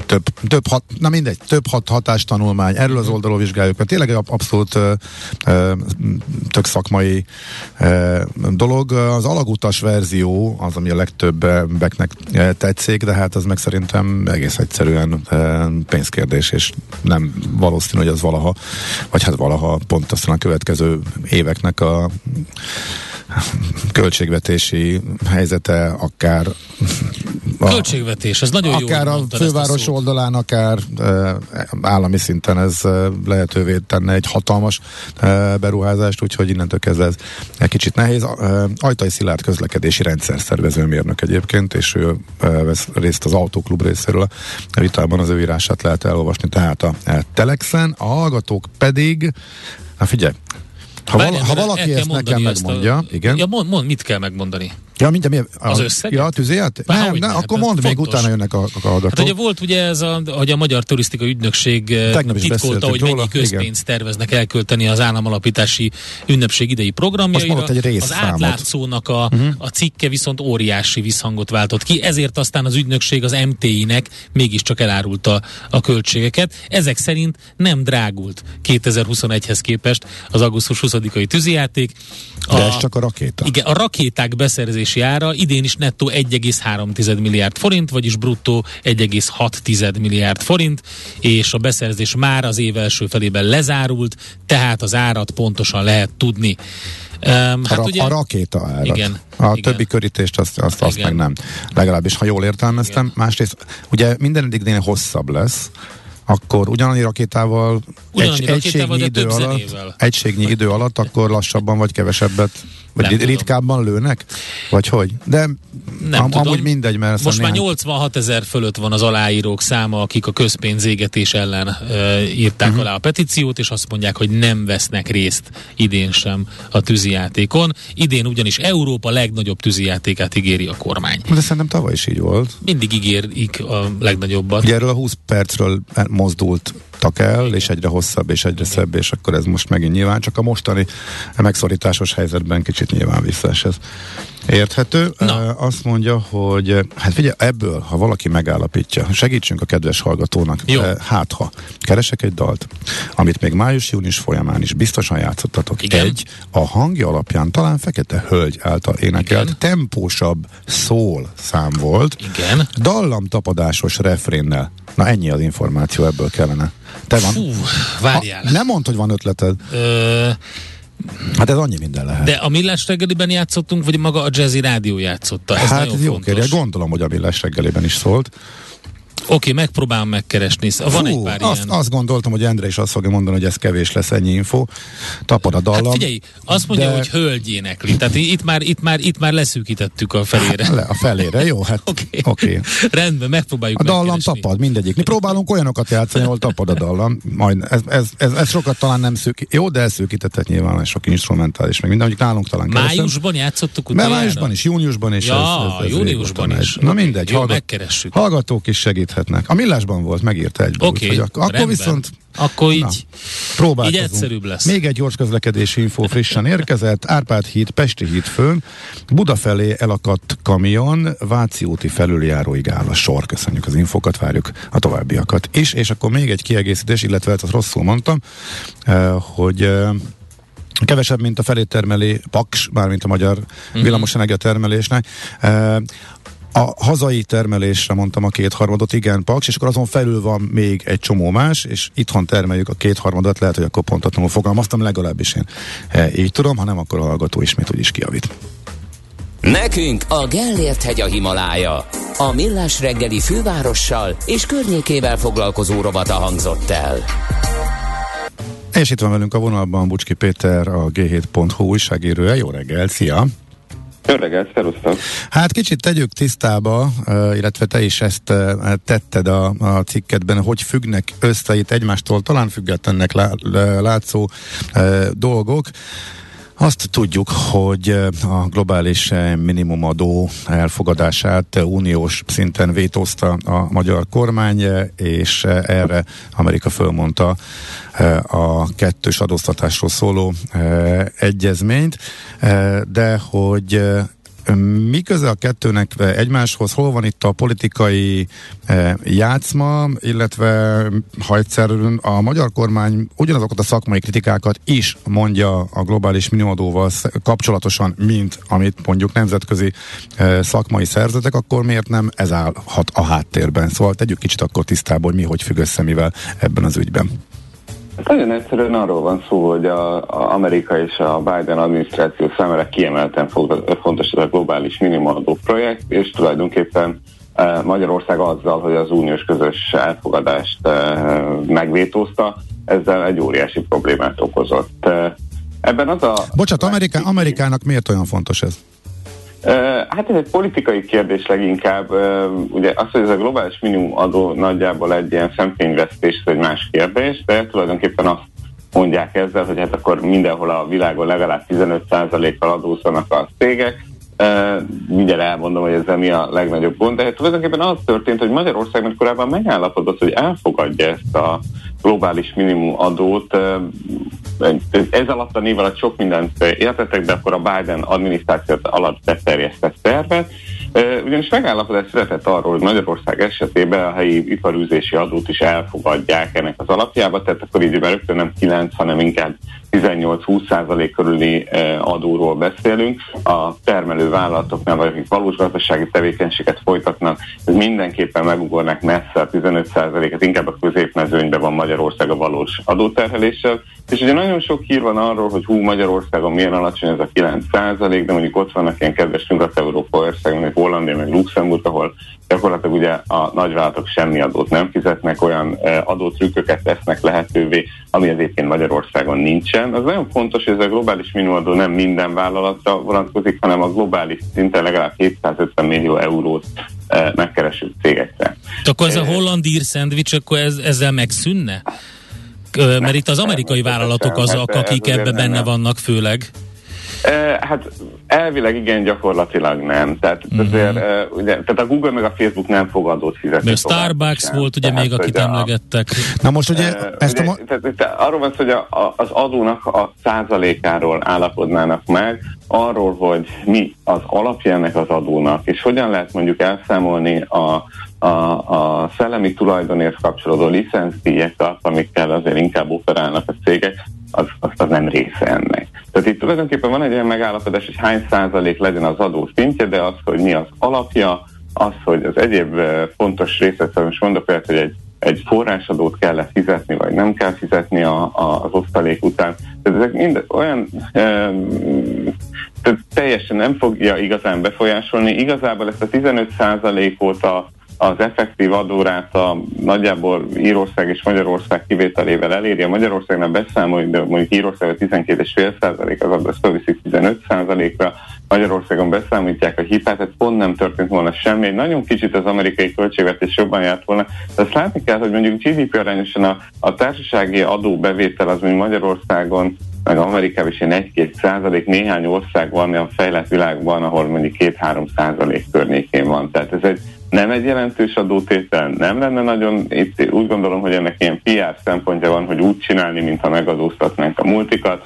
több hatástanulmány, erről az oldalról vizsgáljuk, mert tényleg abszolút tök szakmai dolog. Az alagutas verzió az, ami a legtöbbeknek tetszik, de hát az meg szerintem egész egyszerűen pénzkérdés, és nem valószínű, hogy az valaha pont aztán a következő éveknek a költségvetési helyzete, akár költségvetés, ez nagyon jó. Akár a főváros oldalán, akár állami szinten ez lehetővé tenne egy hatalmas beruházást, úgyhogy innentől kezdve ez egy kicsit nehéz. Ajtai Szilárd közlekedési rendszerszervezőmérnök egyébként, és ő vesz részt az Autóklub részéről a vitában, az ő írását lehet elolvasni tehát a Telexen, a hallgatók pedig, figyelj, ha valaki ezt nekem megmondja, igen. Ja, mond, mit kell megmondani? Ja, mindjárt az összeget? Ja, tűzéját? Nem, akkor mondd még, utána jönnek a hallgatók. Hát ugye volt ugye ez, hogy a Magyar Turisztikai Ügynökség titkolta, hogy mennyi közpénzt terveznek elkölteni az államalapítási ünnepség idei programjaira. Az átlátszónak a cikke viszont óriási visszhangot váltott ki, ezért aztán az ügynökség az MTI-nek mégiscsak elárulta a költségeket. Ezek szerint nem drágult 2021-hez képest az augusztus 20-ai tűzijáték. De ez csak a rakéta. Igen, a rakéták beszerzési ára idén is nettó 1,3 milliárd forint, vagyis bruttó 1,6 milliárd forint, és a beszerzés már az év első felében lezárult, tehát az árat pontosan lehet tudni. A rakéta árat. Igen, többi körítést azt meg nem. Legalábbis, ha jól értelmeztem. Igen. Másrészt, ugye minden eddignél hosszabb lesz, akkor ugyanannyi rakétával egységnyi idő alatt akkor lassabban vagy kevesebbet, vagy ritkábban lőnek? Vagy hogy? De amúgy mindegy, mert most már 86 000 fölött van az aláírók száma, akik a közpénzégetés ellen írták alá a petíciót, és azt mondják, hogy nem vesznek részt idén sem a tűzijátékon. Idén ugyanis Európa legnagyobb tűzijátékát ígéri a kormány. De szerintem tavaly is így volt. Mindig ígérik a legnagyobbat. Ugye erről a 20 percről mozdult el, és egyre hosszabb, és egyre szebb, és akkor ez most megint nyilván csak a mostani megszorításos helyzetben kicsit nyilván visszaes ez. Érthető. Azt mondja, hogy hát figyelj, ebből, ha valaki megállapítja, segítsünk a kedves hallgatónak. Hát ha keresek egy dalt, amit még május-június folyamán is biztosan játszottatok. Igen. A hangja alapján talán Fekete Hölgy által énekelt, tempósabb szól szám volt. Igen. Dallamtapadásos refrénnel. Na ennyi az információ, ebből kellene. Te van? Várjál. Nem mondd, hogy van ötleted. Hát ez annyi minden lehet. De a Millás reggeliben játszottunk, vagy maga a Jazzy Rádió játszotta? Ez hát jó kérdés, gondolom, hogy a Millás reggeliben is szólt. Oké, megpróbálom megkeresni. Van egy pár ilyen. Azt gondoltam, hogy Endre is azt fogja mondani, hogy ez kevés lesz, ennyi info. Tapad a dallam. Hát figyelj, azt mondja, hogy hölgy énekli. Tehát itt már leszűkítettük a felére. Hát, a felére, jó, hát oké. Rendben, megpróbáljuk a dallam megkeresni. tapad, mindegyik. Mi próbálunk olyanokat játszani, ahol tapad a dallam. Majd ez sokat talán nem szűk. Jó, de elszűkítettek nyilván sok instrumentális, meg minden, mondjuk nálunk talán keresem. Májusban játszottuk utoljára? Májusban is, júniusban is. Ja, júniusban is. Na mindegy, jó, megkeressük. Hallgatók is segíthetnek. A Millásban volt, megírta egyből. Oké, akkor viszont akkor így egyszerűbb lesz. Még egy gyors közlekedési infó frissen érkezett. Árpád híd, Pesti híd fönn, Buda felé elakadt kamion, Váci úti felüljáróig áll a sor. Köszönjük az infokat, várjuk a továbbiakat is. És akkor még egy kiegészítés, illetve ezt rosszul mondtam, hogy kevesebb, mint a felét termeli Paks, mármint a magyar villamosenergia termelésnek. A hazai termelésre mondtam a 2/3, igen, Paks, és akkor azon felül van még egy csomó más, és itthon termeljük a 2/3, lehet, hogy akkor pontatlanul fogalmaztam, legalábbis én így tudom, ha nem, akkor a hallgató ismét úgyis kijavít. Nekünk a Gellért-hegy a Himalája. A Millás reggeli fővárossal és környékével foglalkozó rovata hangzott el. És itt van velünk a vonalban Bucski Péter, a G7.hu újságírója. Jó reggel, szia! Jó reggelt, szerusztok! Hát kicsit tegyük tisztába, illetve te is ezt tetted a cikkedben, hogy függnek össze itt egymástól talán függetlennek látszó dolgok. Azt tudjuk, hogy a globális minimumadó elfogadását uniós szinten vétózta a magyar kormány, és erre Amerika fölmondta a kettős adóztatásról szóló egyezményt, de hogy mi köze a kettőnek egymáshoz, hol van itt a politikai játszma, illetve ha egyszer a magyar kormány ugyanazokat a szakmai kritikákat is mondja a globális minimumadóval kapcsolatosan, mint amit mondjuk nemzetközi szakmai szervezetek, akkor miért nem ez állhat a háttérben? Szóval tegyük kicsit akkor tisztába, hogy mi hogy függ össze mivel ebben az ügyben. Nagyon egyszerűen arról van szó, hogy az Amerika és a Biden adminisztráció számára kiemelten fontos ez a globális minimumadó projekt, és tulajdonképpen Magyarország azzal, hogy az uniós közös elfogadást megvétózta, ezzel egy óriási problémát okozott. Ebben az a... Bocsát, Amerikának miért olyan fontos ez? Hát ez egy politikai kérdés leginkább. Ugye az, hogy ez a globális minimumadó nagyjából egy ilyen szemfényvesztés, ez egy más kérdés, de tulajdonképpen azt mondják ezzel, hogy hát akkor mindenhol a világon legalább 15%-kal adózzanak a cégek. Mindjárt elmondom, hogy ezzel mi a legnagyobb gond, de hát tulajdonképpen az történt, hogy Magyarország már korábban megállapodott, hogy elfogadja ezt a globális minimumadót. Ez alatt a név alatt sok mindent értettek, de akkor a Biden adminisztráció alatt beterjesztett tervet. Ugyanis megállapodás született arról, hogy Magyarország esetében a helyi iparűzési adót is elfogadják ennek az alapjába, tehát akkor így már rögtön nem 9, hanem inkább 18-20% körüli adóról beszélünk. A termelő vállalatoknál, vagy akik valós gazdasági tevékenységet folytatnak, mindenképpen megugornak messze a 15%-et, inkább a középmezőnyben van Magyarország a valós adóterheléssel. És ugye nagyon sok hír van arról, hogy Magyarországon milyen alacsony ez a 9%, de mondjuk ott vannak ilyen kedves Nyugat-Európa országok, mint Hollandia, meg Luxemburg, ahol gyakorlatilag ugye a nagyvállalatok semmi adót nem fizetnek, olyan adótrükköket tesznek lehetővé, ami egyébként Magyarországon nincsen. Az nagyon fontos, hogy ez a globális minimumadó nem minden vállalatra vonatkozik, hanem a globális szinten legalább 750 millió eurót megkereső cégekre. Akkor ez a holland-ír szendvics, akkor ezzel megszűnne? Mert itt az amerikai vállalatok azok, akik ebben benne vannak főleg. Hát elvileg igen, gyakorlatilag nem. Tehát azért, ugye, tehát a Google meg a Facebook nem fog adót fizetni. De Starbucks volt ugye még, akit emlegettek. Na most ugye ezt arról van szó, hogy az adónak a százalékáról állapodnának meg, arról, hogy mi az alapja ennek az adónak, és hogyan lehet mondjuk elszámolni a szellemi tulajdonért kapcsolódó licencdíjakat, amikkel azért inkább operálnak a cégek, az nem része ennek. Tehát itt tulajdonképpen van egy olyan megállapodás, hogy hány százalék legyen az adó szintje, de az, hogy mi az alapja, az, hogy az egyéb fontos részlet, most mondok például, hogy egy forrásadót kell fizetni, vagy nem kell fizetni az osztalék után. Tehát ezek mind olyan teljesen nem fogja igazán befolyásolni. Igazából ezt a 15%-ot az effektív adóráta nagyjából Írország és Magyarország kivételével eléri. A Magyarországnál beszámoljuk, de mondjuk Írország 12,5%, az adó viszik 15%-ra. Magyarországon beszámolják a hibát, tehát pont nem történt volna semmi. Nagyon kicsit az amerikai költségvetés jobban járt volna. De azt látni kell, hogy mondjuk GDP arányosan a társasági adóbevétel az, mint Magyarországon, meg Amerikában is 1-2%, néhány ország van a fejlett világban, ahol mondjuk 2-3% környékén van. Tehát ez nem egy jelentős adótétel, nem lenne nagyon, itt úgy gondolom, hogy ennek ilyen PR szempontja van, hogy úgy csinálni, mintha megadóztatnánk a multikat.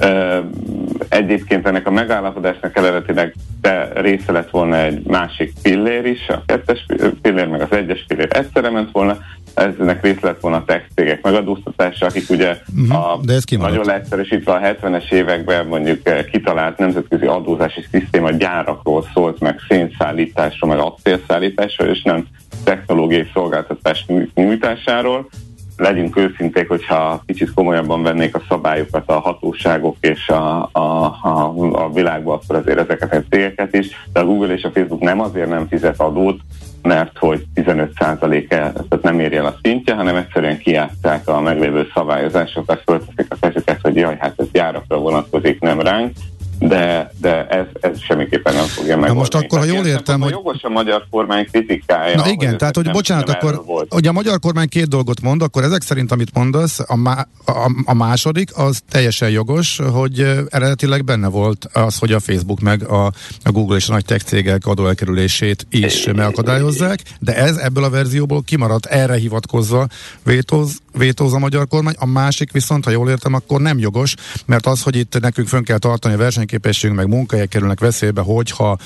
Egyébként ennek a megállapodásnak eredetileg része lett volna egy másik pillér is, a 2. pillér meg az 1. pillér egyszerre ment volna, eznek része lett volna a tech cégek megadóztatása, akik ugye nagyon leegyszerűsítve a 70-es években mondjuk kitalált nemzetközi adózási szisztéma gyárakról szólt, meg szénszállításról, meg acélszállításról, és nem technológiai szolgáltatás nyújtásáról. Legyünk őszinték, hogyha kicsit komolyabban vennék a szabályokat a hatóságok és a világban, akkor azért ezeket a cégeket is, de a Google és a Facebook nem azért nem fizet adót, mert hogy 15%-e nem érje el a szintje, hanem egyszerűen kijátszák a meglévő szabályozásokat, fölteszik a kezüket, hogy jaj, hát ez gyárakra vonatkozik, nem ránk, de ez semmiképpen nem fogja megoldani. Most akkor, ha jól értem, hogy... Jogos a magyar kormány kritikája. Na igen, tehát, hogy bocsánat, akkor ugye a magyar kormány 2 dolgot mond, akkor ezek szerint, amit mondasz, a második, az teljesen jogos, hogy eredetileg benne volt az, hogy a Facebook meg a Google és a nagy tech cégek adóelkerülését is megakadályozzák, de ez ebből a verzióból kimaradt, erre hivatkozva vétóz a magyar kormány. A másik viszont, ha jól értem, akkor nem jogos, mert az, hogy itt nekünk fönn kell tartani a versenyképességünk, meg munkahelyek kerülnek veszélybe, hogyha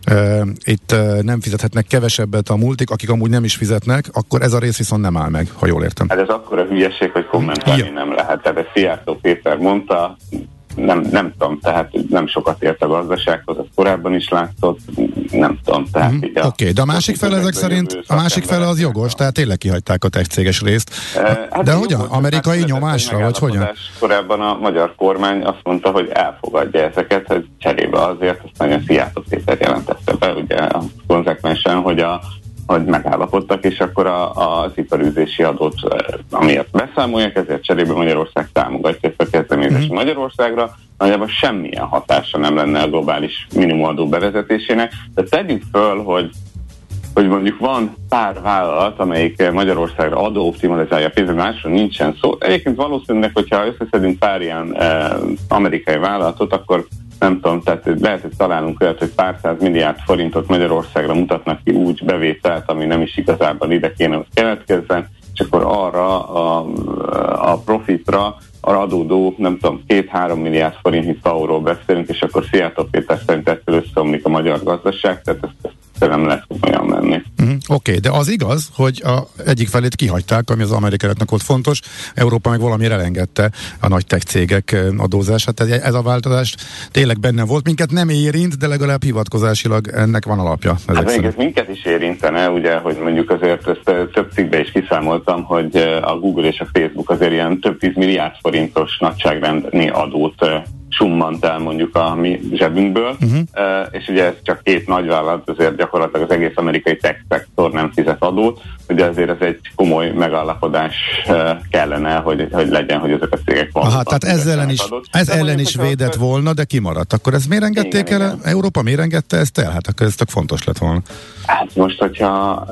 itt nem fizethetnek kevesebbet a multik, akik amúgy nem is fizetnek, akkor ez a rész viszont nem áll meg, ha jól értem. Hát ez akkora hülyeség, hogy kommentálni nem lehet. Tehát ezt Szijjártó Péter mondta, nem tudom, tehát nem sokat ért a gazdasághoz, az korábban is látszott, nem tudom. Oké, de a másik fele ezek szerint, a másik fele az jogos, tehát tényleg kihagyták a tech céges részt. De hogyan? Amerikai nyomásra, vagy hogyan? Korábban a magyar kormány azt mondta, hogy elfogadja ezeket, hogy cserébe azért, azt nagyon Szijjártó Péter jelentette be, ugye konzekvensen, hogy megállapodtak, és akkor az iparűzési adót, amiért beszámolják, ezért cserébe Magyarország támogatja ezt a kezdeményezést Magyarországra, nagyjából semmilyen hatása nem lenne a globális minimumadó bevezetésének, de tegyük föl, hogy mondjuk van pár vállalat, amelyik Magyarországra adóoptimalizálja a pénzt, másról nincsen szó. Egyébként valószínűleg, hogyha összeszedünk pár ilyen amerikai vállalatot, akkor nem tudom, tehát lehet, hogy találunk olyat, hogy pár 100 milliárd forintot Magyarországra mutatnak ki úgy bevételt, ami nem is igazából ide kéne, hogy keletkezzen, és akkor arra a profitra arra adódó, nem tudom, 2-3 milliárd forintnyi tauról beszélünk, és akkor Szijjártó Péter szerint ettől összeomlik a magyar gazdaság, tehát ezt nem lehet olyan menni. Oké, de az igaz, hogy egyik felét kihagyták, ami az amerikaiaknak volt fontos, Európa meg valamiért elengedte a nagy tech cégek adózását, tehát ez a változás tényleg benne volt, minket nem érint, de legalább hivatkozásilag ennek van alapja. Hát még ez minket is érintene, ugye, hogy mondjuk azért ezt több cikkben is kiszámoltam, hogy a Google és a Facebook azért ilyen több 10 milliárd forintos nagyságrendni adót summant el mondjuk a mi zsebünkből, és ugye ez csak 2 nagyvállalat, azért gyakorlatilag az egész amerikai tech szektor nem fizet adót, ugye azért ez egy komoly megállapodás kellene, hogy legyen, hogy ezek a cégek valóban. Tehát ez ellen is védett volna, de kimaradt. Akkor ezt miért engedték el? Igen. Európa miért engedte ezt el? Hát akkor ez tök fontos lett volna. Hát most, hogyha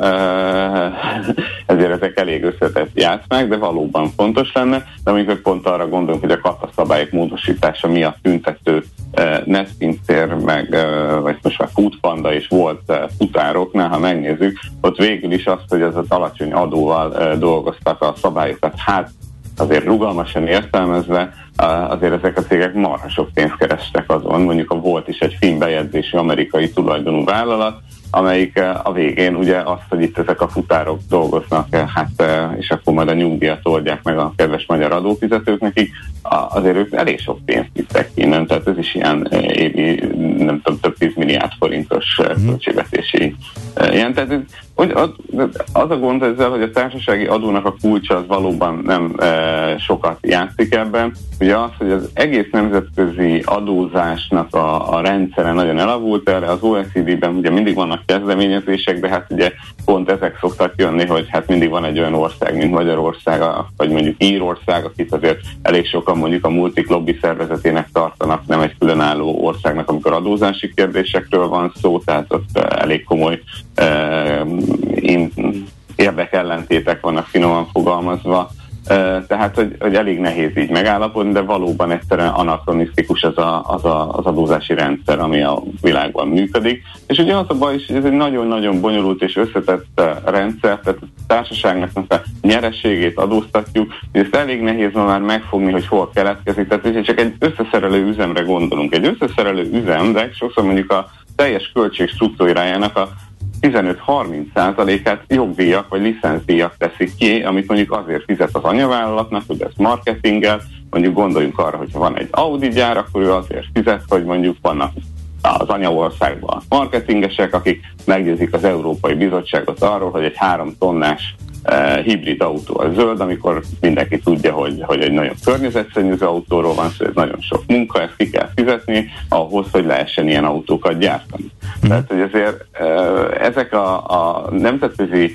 ezért ezek elég összetett játszmák, de valóban fontos lenne, de amikor pont arra gondolunk, hogy a kataszabályok módosítása miatt miatt tüntető netpincér, vagy most már Foodpanda is volt futároknál, ha megnézzük, ott végül is azt, hogy az alacsony adóval dolgoztak a szabályokat, hát azért rugalmasan értelmezve, azért ezek a cégek marha sok pénzt kerestek azon, mondjuk volt is egy finn bejegyzésű amerikai tulajdonú vállalat, amelyik a végén ugye azt, hogy itt ezek a futárok dolgoznak, és akkor majd a nyugdíjat oldják meg a kedves magyar adófizetők nekik, azért ők elég sok pénzt vittek innen, tehát ez is ilyen évi, nem tudom, több 10 milliárd forintos költségvetési ilyen. Tehát az a gond ezzel, hogy a társasági adónak a kulcsa az valóban nem sokat játszik ebben. Ugye az, hogy az egész nemzetközi adózásnak a rendszere nagyon elavult, erre az OECD-ben ugye mindig vannak kezdeményezések, de hát ugye pont ezek szoktak jönni, hogy hát mindig van egy olyan ország, mint Magyarország, vagy mondjuk Írország, akit azért elég sokan mondjuk a multik lobby szervezetének tartanak, nem egy különálló országnak, amikor adózási kérdésekről van szó, tehát ott elég komoly érdekellentétek vannak finoman fogalmazva, tehát, hogy elég nehéz így megállapodni, de valóban egyszerűen anakronisztikus az adózási rendszer, ami a világban működik. És ugye az a baj is, hogy ez egy nagyon-nagyon bonyolult és összetett rendszer, tehát a társaságnak a nyereségét adóztatjuk, és ezt elég nehéz ma már megfogni, hogy hol keletkezik. Tehát csak egy összeszerelő üzemre gondolunk. Egy összeszerelő üzem, de sokszor mondjuk a teljes költség struktúrájának a 15-30%-át jogdíjak vagy licenzdíjak teszik ki, amit mondjuk azért fizet az anyavállalatnak, hogy ez marketinggel, mondjuk gondoljunk arra, hogy van egy Audi gyár, akkor ő azért fizet, hogy mondjuk vannak az anyaországban marketingesek, akik meggyőzik az Európai Bizottságot arról, hogy egy 3 tonnás hibrid autó a zöld, amikor mindenki tudja, hogy egy nagyon környezetszennyező autóról van szó, ez nagyon sok munka, ezt ki kell fizetni ahhoz, hogy lehessen ilyen autókat gyártani. Tehát, hogy ezért ezek a nemzetközi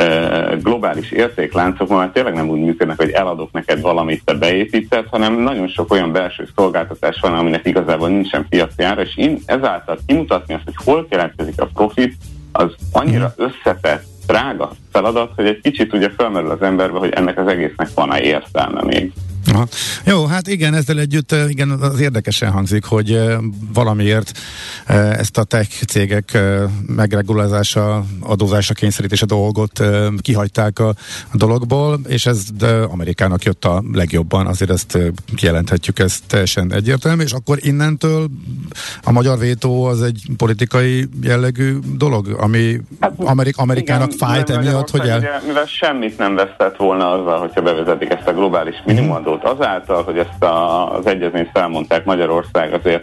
globális értékláncok már tényleg nem úgy működnek, hogy eladok neked valamit, te beépíted, hanem nagyon sok olyan belső szolgáltatás van, aminek igazából nincsen piaci ára, és ezáltal kimutatni azt, hogy hol keletkezik a profit, az annyira összetett, drága feladat, hogy egy kicsit ugye felmerül az emberbe, hogy ennek az egésznek van-e értelme még. Aha. Jó, hát igen, ezzel együtt igen, az érdekesen hangzik, hogy valamiért ezt a tech cégek megregulázása, adózásra kényszerítése dolgot kihagyták a dologból, és ez Amerikának jött a legjobban, azért ezt kijelenthetjük, ez teljesen egyértelmű, és akkor innentől a magyar vétó az egy politikai jellegű dolog, ami Amerikának igen, fájt emiatt, hogy ugye, mivel semmit nem vesztett volna azzal, hogyha bevezetik ezt a globális minimumadót, azáltal, hogy ezt az egyezményt felmondták, Magyarország azért,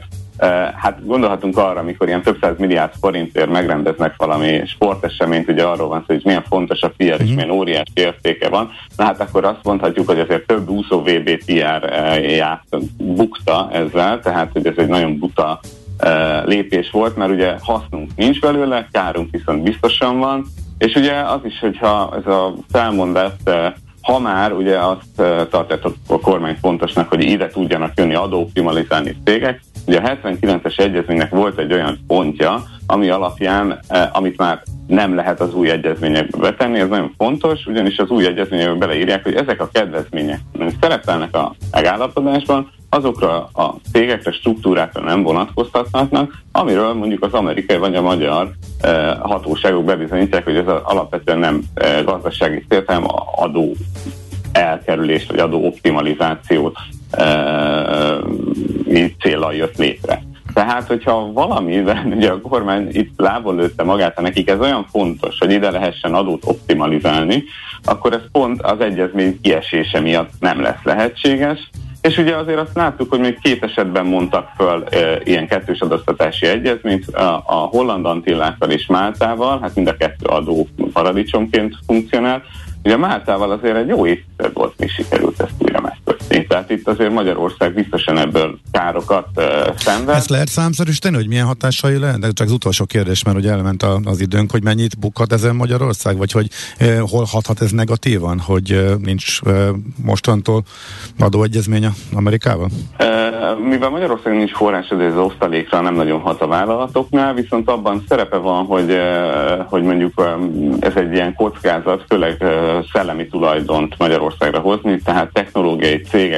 hát gondolhatunk arra, amikor ilyen több 100 milliárd forintért megrendeznek valami sporteseményt, ugye arról van szó, hogy milyen fontos a PR és milyen óriási értéke van, na hát akkor azt mondhatjuk, hogy azért több úszó VB PR-ját bukta ezzel, tehát hogy ez egy nagyon buta lépés volt, mert ugye hasznunk nincs belőle, kárunk viszont biztosan van, és ugye az is, hogyha ez a felmondat ha már ugye azt tartott a kormány fontosnak, hogy ide tudjanak jönni adóoptimalizálni cégek, ugye a 79-es egyezménynek volt egy olyan pontja, ami alapján, amit már nem lehet az új egyezményekbe betenni, ez nagyon fontos, ugyanis az új egyezményekbe beleírják, hogy ezek a kedvezmények, amik szerepelnek a megállapodásban, azokra a cégekre, struktúrákra nem vonatkoztatnak, amiről mondjuk az amerikai vagy a magyar hatóságok bebizonyítják, hogy ez alapvetően nem gazdasági cél, hanem adó elkerülést vagy adó optimalizációt céllal jött létre. Tehát, hogyha valamiben ugye a kormány itt lábon lőtte magát, ha nekik ez olyan fontos, hogy ide lehessen adót optimalizálni, akkor ez pont az egyezmény kiesése miatt nem lesz lehetséges. És ugye azért azt láttuk, hogy még 2 esetben mondtak föl ilyen kettős adóztatási egyezményt, a Holland Antillákkal és Máltával, hát mind a 2 adó paradicsomként funkcionál. Ugye Máltával azért egy jó évtized volt, még sikerült ezt újra megkötni. Tehát itt azért Magyarország biztosan ebből károkat szenved. Ezt lehet számszerűsíteni, hogy milyen hatásai lehet? De csak az utolsó kérdés, mert ugye elment az időnk, hogy mennyit bukhat ezen Magyarország, vagy hogy hol hathat ez negatívan, hogy nincs mostantól adóegyezmény Amerikával? Mivel Magyarországon nincs forrás, az osztalékra nem nagyon hat a vállalatoknál, viszont abban szerepe van, hogy mondjuk ez egy ilyen kockázat, főleg szellemi tulajdont Magyarországra hozni, tehát technológiai cégek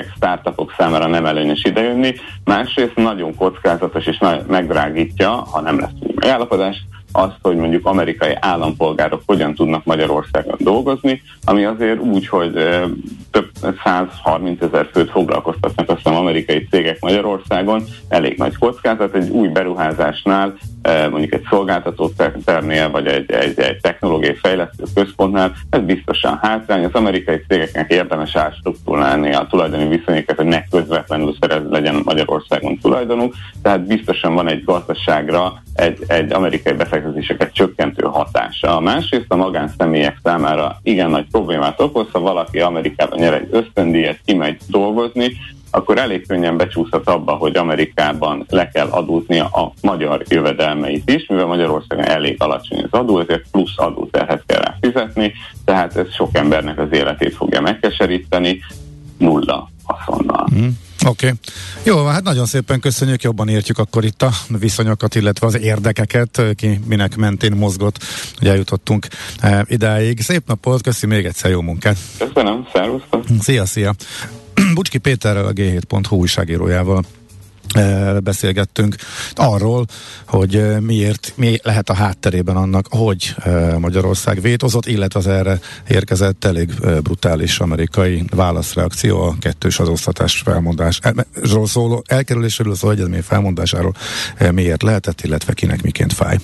cégek, startupok számára nem előnyös idejönni, másrészt nagyon kockázatos és megdrágítja, ha nem lesz megállapodás, azt, hogy mondjuk amerikai állampolgárok hogyan tudnak Magyarországon dolgozni, ami azért úgy, hogy több 130 000 főt foglalkoztatnak azt hiszem amerikai cégek Magyarországon, elég nagy kockázat. Egy új beruházásnál, mondjuk egy szolgáltatóternél, vagy egy technológiai fejlesztő központnál, ez biztosan hátrány. Az amerikai cégeknek érdemes átstruktúrálni a tulajdoni viszonyokat, hogy ne közvetlenül legyen Magyarországon tulajdonuk, tehát biztosan van egy gazdaságra egy amerikai befektetéseket csökkentő hatása. Másrészt a magánszemélyek számára igen nagy problémát okoz, ha valaki Amerikában nyer egy ösztöndíjat, kimegy dolgozni, akkor elég könnyen becsúszhat abba, hogy Amerikában le kell adóznia a magyar jövedelmeit is, mivel Magyarországon elég alacsony az adó, ezért plusz adóterhet kell rá fizetni, tehát ez sok embernek az életét fogja megkeseríteni, nulla haszonnal. Oké. Jó, hát nagyon szépen köszönjük, jobban értjük akkor itt a viszonyokat, illetve az érdekeket, ki minek mentén mozgott, hogy eljutottunk idáig. Szép napot, köszi még egyszer, jó munkát! Köszönöm, szervusztok! Szia! Bucski Péterrel, a G7.hu újságírójával beszélgettünk arról, hogy mi lehet a hátterében annak, hogy Magyarország vétózott, illetve az erre érkezett elég brutális amerikai válaszreakció, a kettős adóztatás felmondásról szóló elkerülésről szóló egyezmény felmondásáról miért lehetett, illetve kinek miként fáj.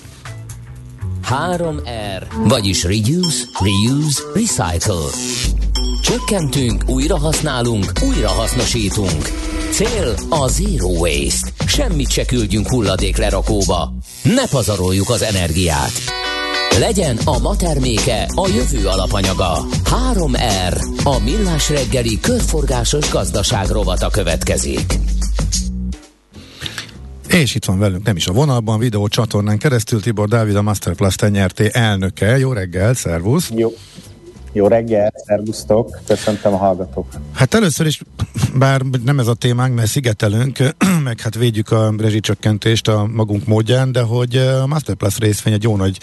3R, vagyis Reduce, Reuse, Recycle. Csökkentünk, újrahasználunk, újrahasznosítunk. Cél a Zero Waste. Semmit se küldjünk hulladéklerakóba. Ne pazaroljuk az energiát. Legyen a ma terméke a jövő alapanyaga. 3R, a Millás reggeli körforgásos gazdaság rovata következik. És itt van velünk, nem is a vonalban, videó csatornán keresztül Tibor Dávid, a Masterplast NRT elnöke. Jó reggel, szervusz! Jó reggel, szervusztok, köszöntöm a hallgatókat. Hát először is, bár nem ez a témánk, mert szigetelünk, meg hát védjük a rezsicsökkentést a magunk módján, de hogy a Masterplast részvény egy jó nagy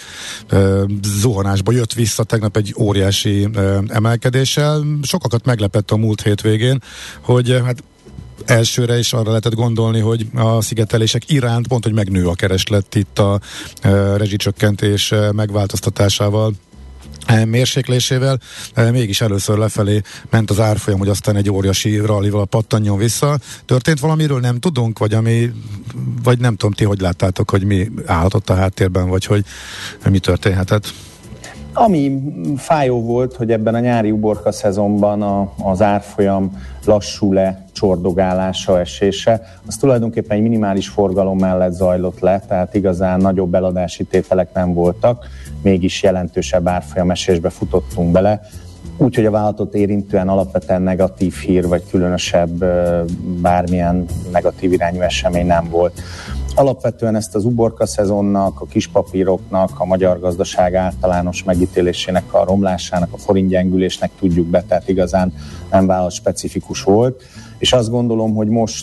zuhanásba jött vissza tegnap egy óriási emelkedéssel. Sokakat meglepett a múlt hétvégén, hogy hát elsőre is arra lehetett gondolni, hogy a szigetelések iránt pont, hogy megnő a kereslet itt a rezsicsökkentés megváltoztatásával, mérséklésével, mégis először lefelé ment az árfolyam, hogy aztán egy óriási rallival pattanjon vissza. Történt valamiről, nem tudunk, vagy nem tudom, ti hogy láttátok, hogy mi állhatott a háttérben, vagy hogy mi történhetett? Ami fájó volt, hogy ebben a nyári uborka szezonban az árfolyam lassú lecsordogálása, esése, az tulajdonképpen egy minimális forgalom mellett zajlott le, tehát igazán nagyobb eladási tételek nem voltak, mégis jelentősebb árfolyam esésbe futottunk bele, úgyhogy a vállalatot érintően alapvetően negatív hír, vagy különösebb bármilyen negatív irányú esemény nem volt. Alapvetően ezt az uborka szezonnak, a kispapíroknak, a magyar gazdaság általános megítélésének, a romlásának, a forintgyengülésnek tudjuk be, tehát igazán nem vállalat specifikus volt. És azt gondolom, hogy most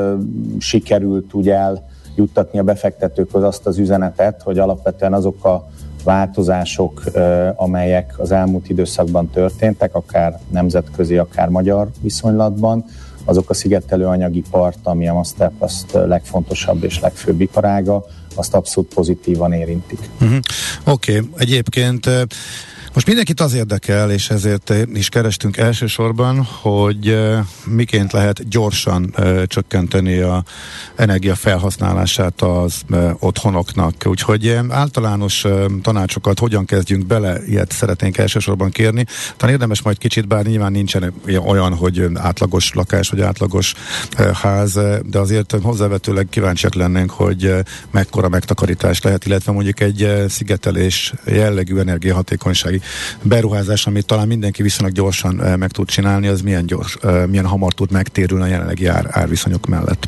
sikerült úgy eljuttatni a befektetőkhöz azt az üzenetet, hogy alapvetően azok a változások, amelyek az elmúlt időszakban történtek, akár nemzetközi, akár magyar viszonylatban, azok a szigetelő anyagipart, ami a Masterplast legfontosabb és legfőbb iparága, azt abszolút pozitívan érintik. Oké. Egyébként most mindenkit az érdekel, és ezért is kerestünk elsősorban, hogy miként lehet gyorsan csökkenteni az energia felhasználását az otthonoknak. Úgyhogy általános tanácsokat hogyan kezdjünk bele, ilyet szeretnénk elsősorban kérni. Talán érdemes majd kicsit, bár nyilván nincsen olyan, hogy átlagos lakás, vagy átlagos ház, de azért hozzávetőleg kíváncsiak lennénk, hogy mekkora megtakarítás lehet, illetve mondjuk egy szigetelés jellegű energiahatékonysági beruházás, amit talán mindenki viszonylag gyorsan meg tud csinálni, az milyen hamar tud megtérülni a jelenlegi árviszonyok mellett.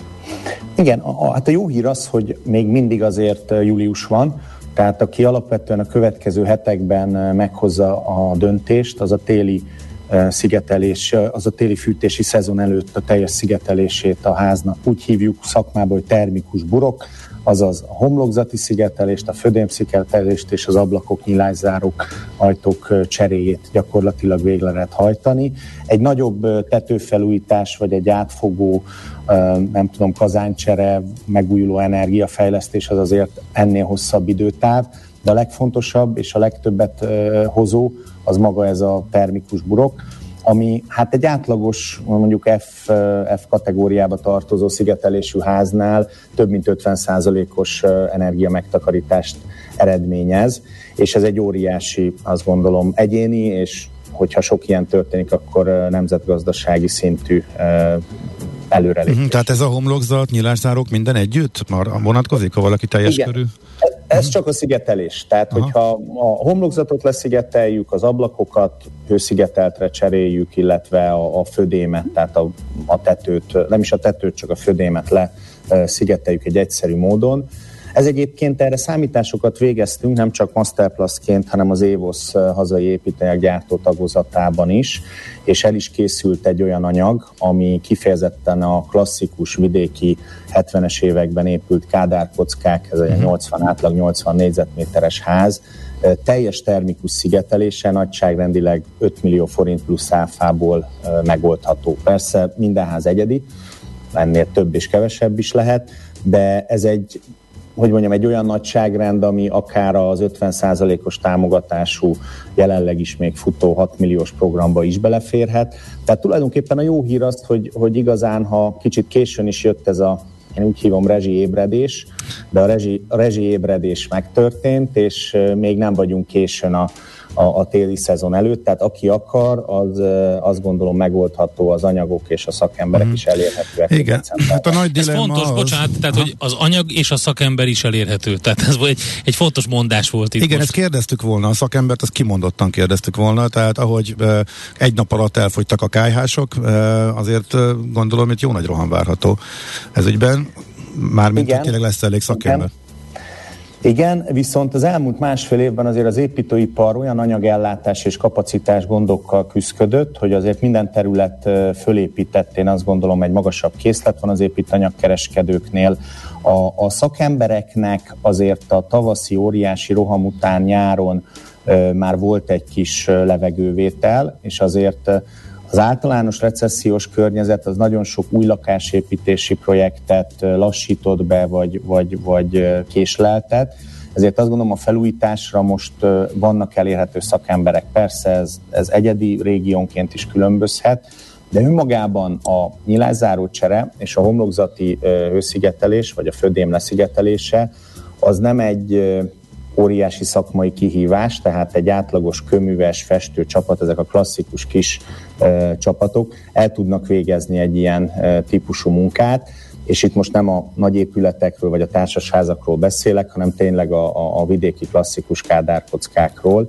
Igen, hát a jó hír az, hogy még mindig azért július van, tehát aki alapvetően a következő hetekben meghozza a döntést, az a téli szigetelés, az a téli fűtési szezon előtt a teljes szigetelését a háznak, úgy hívjuk szakmában, hogy termikus burok, azaz a homlokzati szigetelést, a födémszigetelést és az ablakok, nyilászárók, ajtók cseréjét gyakorlatilag végre lehet hajtani. Egy nagyobb tetőfelújítás, vagy egy átfogó, nem tudom, kazáncsere, megújuló energiafejlesztés az azért ennél hosszabb időtáv, de a legfontosabb és a legtöbbet hozó az maga ez a termikus burok, ami hát egy átlagos, mondjuk F kategóriába tartozó szigetelésű háznál több mint 50%-os energia megtakarítást eredményez, és ez egy óriási, azt gondolom, egyéni, és hogyha sok ilyen történik, akkor nemzetgazdasági szintű előrelépés. Tehát ez a homlokzat, nyilászárók minden együtt már vonatkozik, ha valaki teljes körül? Ez csak a szigetelés. Tehát, hogyha a homlokzatot leszigeteljük, az ablakokat hőszigeteltre cseréljük, illetve a födémet, tehát a tetőt, nem is a tetőt, csak a födémet leszigeteljük egy egyszerű módon. Ez egyébként erre számításokat végeztünk, nem csak Masterplastként, hanem az Évosz hazai építőanyaggyártó tagozatában is, és el is készült egy olyan anyag, ami kifejezetten a klasszikus vidéki 70-es években épült kádárkockák, ez egy átlag 80 négyzetméteres ház, teljes termikus szigetelése nagyságrendileg 5 millió forint plusz áfából megoldható. Persze minden ház egyedi, ennél több és kevesebb is lehet, de ez egy olyan nagyságrend, ami akár az 50%-os támogatású, jelenleg is még futó 6 milliós programba is beleférhet. Tehát tulajdonképpen a jó hír az, hogy igazán, ha kicsit későn is jött ez én úgy hívom rezsiébredés, de a rezsiébredés megtörtént, és még nem vagyunk későn a téli szezon előtt, tehát aki akar, az azt gondolom megoldható, az anyagok és a szakemberek is elérhetőek. Igen, hát a nagy dilemma ez fontos, bocsánat, tehát hogy az anyag és a szakember is elérhető, tehát ez egy fontos mondás volt itt. Igen, most. ezt kérdeztük volna, a szakembert, azt kimondottan kérdeztük volna, tehát ahogy egy nap alatt elfogytak a kályhások, azért gondolom, itt jó nagy roham várható ez ügyben, mármint hogy tényleg lesz elég szakember. Igen, viszont az elmúlt másfél évben azért az építőipar olyan anyagellátás és kapacitás gondokkal küzdött, hogy azért minden terület fölépített, én azt gondolom, egy magasabb készlet van az építőanyagkereskedőknél. A szakembereknek azért a tavaszi óriási roham után nyáron már volt egy kis levegővétel, és azért az általános recessziós környezet az nagyon sok új lakásépítési projektet lassított be, vagy késleltet. Ezért azt gondolom, a felújításra most vannak elérhető szakemberek. Persze ez egyedi régiónként is különbözhet, de önmagában a nyilászáró csere és a homlokzati hőszigetelés, vagy a födém leszigetelése, az nem egy óriási szakmai kihívás, tehát egy átlagos köműves, festő csapat, ezek a klasszikus kis csapatok el tudnak végezni egy ilyen típusú munkát, és itt most nem a nagy épületekről vagy a társasházakról beszélek, hanem tényleg a vidéki klasszikus kádárkockákról.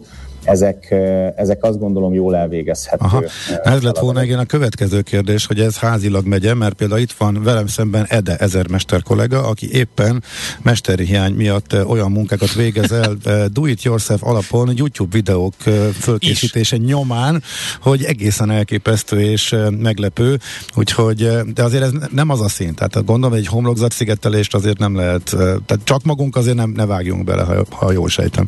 Ezek azt gondolom jól elvégezhető. Ez lett volna igen a következő kérdés, hogy ez házilag megye, mert például itt van velem szemben Ede ezermester kollega, aki éppen mesteri hiány miatt olyan munkákat végez el do-it-yourself alapon, YouTube videók fölkészítése nyomán, hogy egészen elképesztő és meglepő, úgyhogy, de azért ez nem az a szint, tehát gondolom, egy homlokzat szigetelést azért nem lehet, tehát csak magunk azért ne vágjunk bele, ha jól sejtem.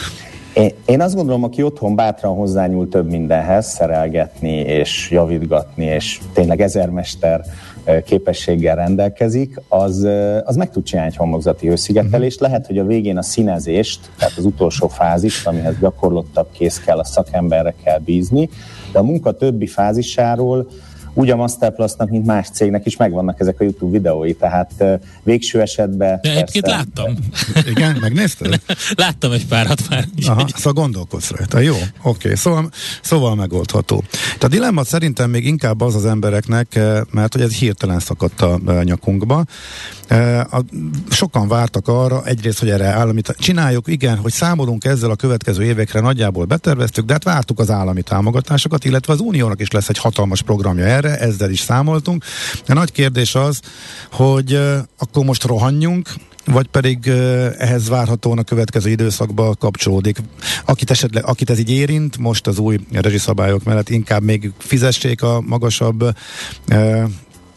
Én azt gondolom, aki otthon bátran hozzányúl több mindenhez, szerelgetni és javítgatni, és tényleg ezermester képességgel rendelkezik, az meg tud csinálni egy homlokzati hőszigetelést. Lehet, hogy a végén a színezést, tehát az utolsó fázist, amihez gyakorlottabb kéz kell, a szakemberre kell bízni, de a munka többi fázisáról úgy a Masterplastnak, mint más cégnek is megvannak ezek a YouTube videói, tehát végső esetben... De egyébként láttam. Igen, megnézted? Láttam egy párat már. Aha, szóval gondolkodsz rajta. Jó, oké. Szóval megoldható. A dilemma szerintem még inkább az embereknek, mert hogy ez hirtelen szakadt a nyakunkba. Sokan vártak arra, egyrészt, hogy erre állami csináljuk, igen, hogy számolunk ezzel a következő évekre, nagyjából beterveztük, de hát vártuk az állami támogatásokat, illetve az Uniónak is lesz egy hatalmas programja erre, ezzel is számoltunk. A nagy kérdés az, hogy akkor most rohanjunk, vagy pedig ehhez várhatóan a következő időszakban kapcsolódik. Akit ez így érint, most az új rezsiszabályok mellett inkább még fizessék a magasabb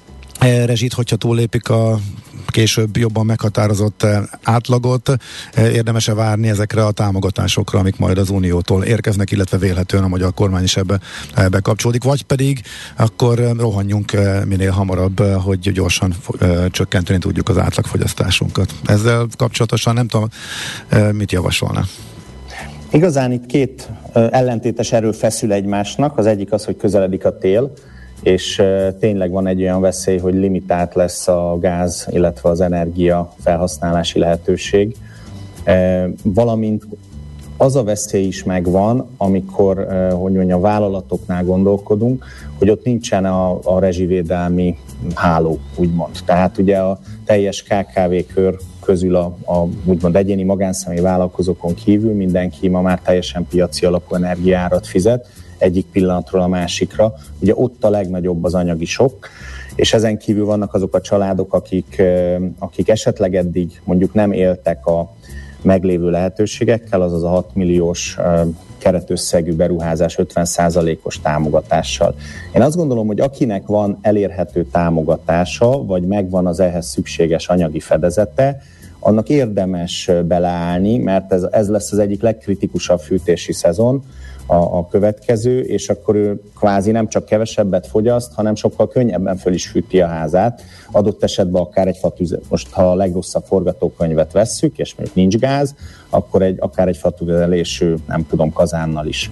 rezsit, hogyha túllépik a később jobban meghatározott átlagot, érdemes-e várni ezekre a támogatásokra, amik majd az Uniótól érkeznek, illetve vélhetően a magyar kormány is ebbe bekapcsolódik, vagy pedig akkor rohanjunk minél hamarabb, hogy gyorsan csökkenteni tudjuk az átlagfogyasztásunkat. Ezzel kapcsolatosan nem tudom, mit javasolna? Igazán itt két ellentétes erő feszül egymásnak. Az egyik az, hogy közeledik a tél, és tényleg van egy olyan veszély, hogy limitált lesz a gáz, illetve az energia felhasználási lehetőség. Valamint az a veszély is megvan, amikor, hogy mondjam, vállalatoknál gondolkodunk, hogy ott nincsen a rezsivédelmi háló, úgymond. Tehát ugye a teljes KKV kör közül a úgymond egyéni magánszemély vállalkozókon kívül mindenki ma már teljesen piaci alapú energiaárat fizet, egyik pillanatról a másikra. Ugye ott a legnagyobb az anyagi sok, és ezen kívül vannak azok a családok, akik esetleg eddig mondjuk nem éltek a meglévő lehetőségekkel, azaz a 6 milliós keretösszegű beruházás 50%-os támogatással. Én azt gondolom, hogy akinek van elérhető támogatása, vagy megvan az ehhez szükséges anyagi fedezete, annak érdemes beleállni, mert ez lesz az egyik legkritikusabb fűtési szezon, a következő, és akkor ő kvázi nem csak kevesebbet fogyaszt, hanem sokkal könnyebben föl is fűti a házát. Adott esetben akár egy fatüzet, most ha a legrosszabb forgatókönyvet vesszük, és mondjuk nincs gáz, akkor akár egy fatüzelésű, nem tudom, kazánnal is.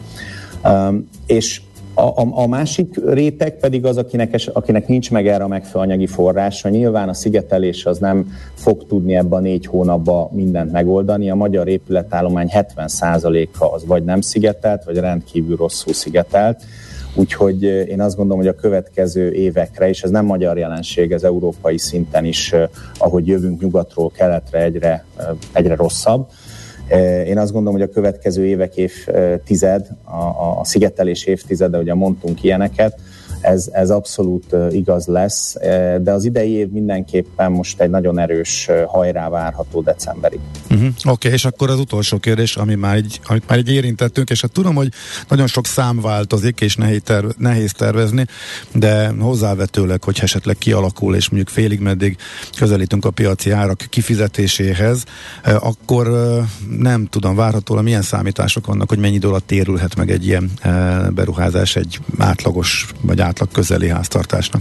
És a másik réteg pedig az, akinek nincs meg erre a megfelelő anyagi forrása. Nyilván a szigetelés az nem fog tudni ebben a 4 hónapban mindent megoldani. A magyar épületállomány 70%-a az vagy nem szigetelt, vagy rendkívül rosszul szigetelt. Úgyhogy én azt gondolom, hogy a következő évekre, és ez nem magyar jelenség, ez európai szinten is, ahogy jövünk nyugatról keletre, egyre rosszabb. Én azt gondolom, hogy a következő évek, évtized, a szigetelés évtizede, ugye mondtunk ilyeneket, ez abszolút igaz lesz, de az idei év mindenképpen most egy nagyon erős hajrá várható decemberig. Oké, és akkor az utolsó kérdés, amit már így érintettünk, és hát tudom, hogy nagyon sok szám változik, és nehéz tervezni, de hozzávetőleg, hogy esetleg kialakul, és mondjuk félig meddig közelítünk a piaci árak kifizetéséhez, akkor nem tudom, várhatóan milyen számítások vannak, hogy mennyi idő alatt térülhet meg egy ilyen beruházás egy átlagos, vagy átlag közeli háztartásnak?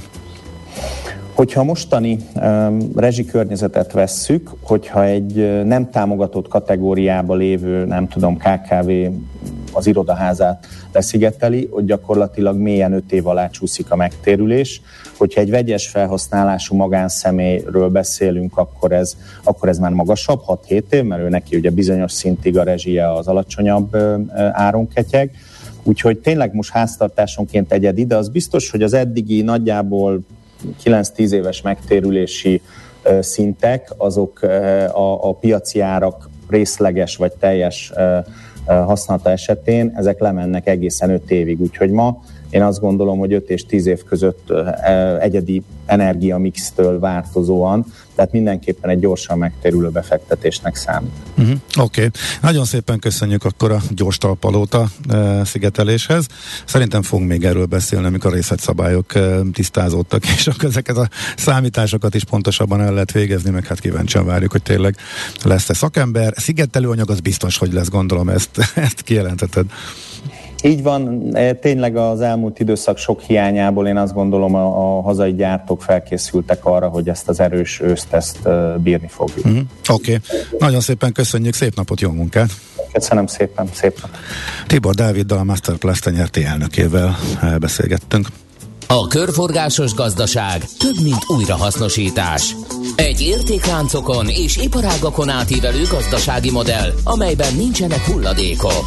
Hogyha a mostani rezsikörnyezetet vesszük, hogyha egy nem támogatott kategóriába lévő, nem tudom, KKV az irodaházát leszigeteli, hogy gyakorlatilag mélyen 5 év alá csúszik a megtérülés. Hogyha egy vegyes felhasználású magánszemélyről beszélünk, akkor ez már magasabb, 6-7 év, mert ő neki ugye bizonyos szintig a rezsie az alacsonyabb áron ketyeg. Úgyhogy tényleg most háztartásonként egyedi, de az biztos, hogy az eddigi nagyjából 9-10 éves megtérülési szintek, azok a piaci árak részleges vagy teljes használata esetén, ezek lemennek egészen 5 évig. Úgyhogy ma én azt gondolom, hogy 5 és 10 év között egyedi energiamixtől változóan, tehát mindenképpen egy gyorsan megtérülő befektetésnek számít. Oké. Nagyon szépen köszönjük akkor a gyors talpalóta szigeteléshez. Szerintem fogunk még erről beszélni, amikor a részletszabályok tisztázódtak, és akkor ezeket a számításokat is pontosabban el lehet végezni, meg hát kíváncsian várjuk, hogy tényleg lesz-e szakember. Szigetelőanyag az biztos, hogy lesz, gondolom, ezt kijelenteted. Így van, tényleg az elmúlt időszak sok hiányából én azt gondolom a hazai gyártók felkészültek arra, hogy ezt az erős őszt ezt bírni fogjuk. Oké. Nagyon szépen köszönjük, szép napot, jó munkát! Köszönöm szépen, szép napot! Tibor Dáviddal, a Masterplast tenyerti elnökével beszélgettünk. A körforgásos gazdaság több, mint újrahasznosítás. Egy értékláncokon és iparágakon átívelő gazdasági modell, amelyben nincsenek hulladékok.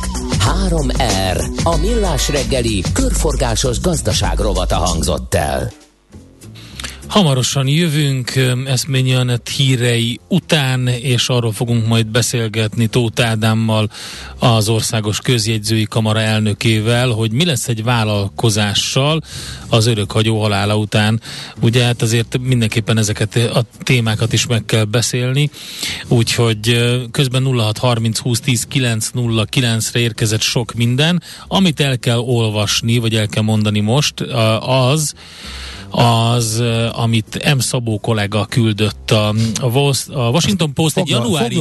3R, a Millás reggeli körforgásos gazdaság rovata hangzott el. Hamarosan jövünk Eszményi Anett hírei után, és arról fogunk majd beszélgetni Tóth Ádámmal, az Országos Közjegyzői Kamara elnökével, hogy mi lesz egy vállalkozással az örökhagyó halála után. Ugye hát azért mindenképpen ezeket a témákat is meg kell beszélni, úgyhogy közben 0630 20 10 909-re érkezett sok minden. Amit el kell olvasni, vagy el kell mondani most, az az, amit M. Szabó kollega küldött a Washington Post egy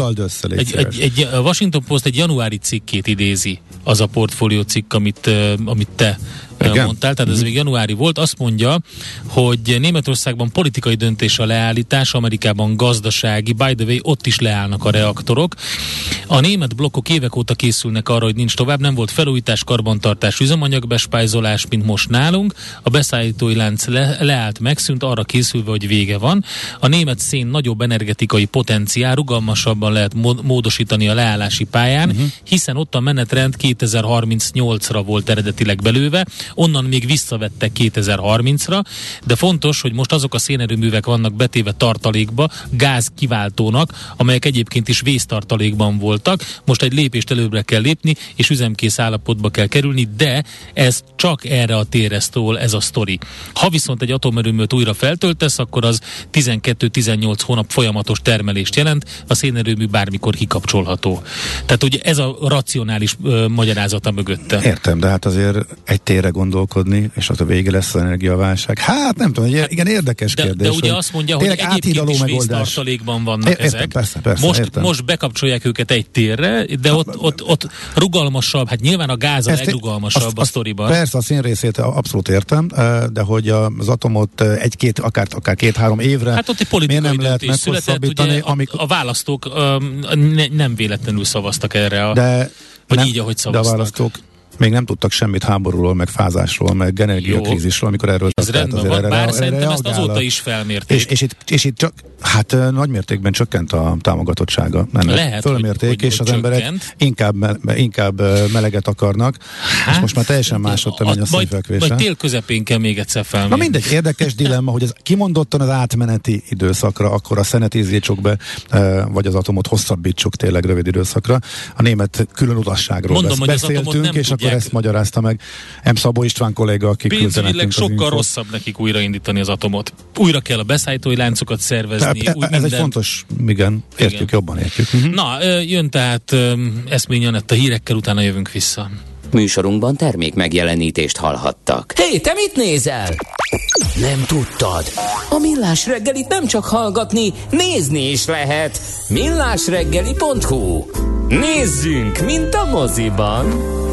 Washington Post egy januári cikkét idézi, az a portfólió cikk, amit te mondtál, tehát ez még januári volt. Azt mondja, hogy Németországban politikai döntés a leállítás, Amerikában gazdasági, by the way, ott is leállnak a reaktorok. A német blokkok évek óta készülnek arra, hogy nincs tovább, nem volt felújítás, karbantartás, üzemanyagbespájzolás, mint most nálunk. A beszállítói lánc leállt, megszűnt, arra készülve, hogy vége van. A német szén nagyobb energetikai potenciál, rugalmasabban lehet módosítani a leállási pályán, hiszen ott a menetrend 2038-ra volt eredetileg belőve, onnan még visszavettek 2030-ra, de fontos, hogy most azok a szénerőművek vannak betéve tartalékba, gázkiváltónak, amelyek egyébként is vésztartalékban voltak. Most egy lépést előbbre kell lépni, és üzemkész állapotba kell kerülni, de ez csak erre a térre szól, ez a sztori. Ha viszont egy atomerőművet újra feltöltesz, akkor az 12-18 hónap folyamatos termelést jelent, a szénerőmű bármikor kikapcsolható. Tehát ugye ez a racionális magyarázata mögötte. Értem, de hát azért egy térre gondolkodni, és az a vége lesz az energiaválság. Hát nem tudom, igen, érdekes kérdés. De ugye azt mondja, hogy egyébként is vésztartalékban vannak ezek. Persze, most bekapcsolják őket egy térre, de ott rugalmasabb, hát nyilván a gáz a legrugalmasabb a sztoriban. Persze, a színrészét abszolút értem, de hogy az atomot egy-két, akár 2-3 évre hát ott egy politikai döntés született, ugye a választók nem véletlenül szavaztak erre, így, ahogy szavaztak. De a választók még nem tudtak semmit háborúról, meg fázásról, meg energiakrízisről, amikor erről ez rendben van, bár szerintem ezt azóta is felmérték. És itt csak, hát nagy mértékben csökkent a támogatottsága. Lehet, fölmérték, és az emberek inkább meleget akarnak, és most már teljesen másodta megy a színfekvése. Vagy tél közepén kell még egyszer felmérni. Na mindegy, érdekes dilemma, hogy ez kimondottan az átmeneti időszakra, akkor a szenet ízítsuk be, vagy az atomot hosszabbítsuk tényleg rövid időszakra. A német külön utasságról beszéltünk, és akkor ezt magyarázta meg M. Szabó István kolléga, aki küldte nekünk sokkal rosszabb nekik újraindítani az atomot. Újra kell a beszállítói láncokat szervezni. Ez egy fontos, igen, értjük, jobban értjük. Na, jön tehát Eszmény Anett a hírekkel, utána jövünk vissza. Műsorunkban termék megjelenítést hallhattak. Hé, te mit nézel? Nem tudtad? A Millás reggelit nem csak hallgatni, nézni is lehet. millásreggeli.hu. Nézzünk, mint a moziban.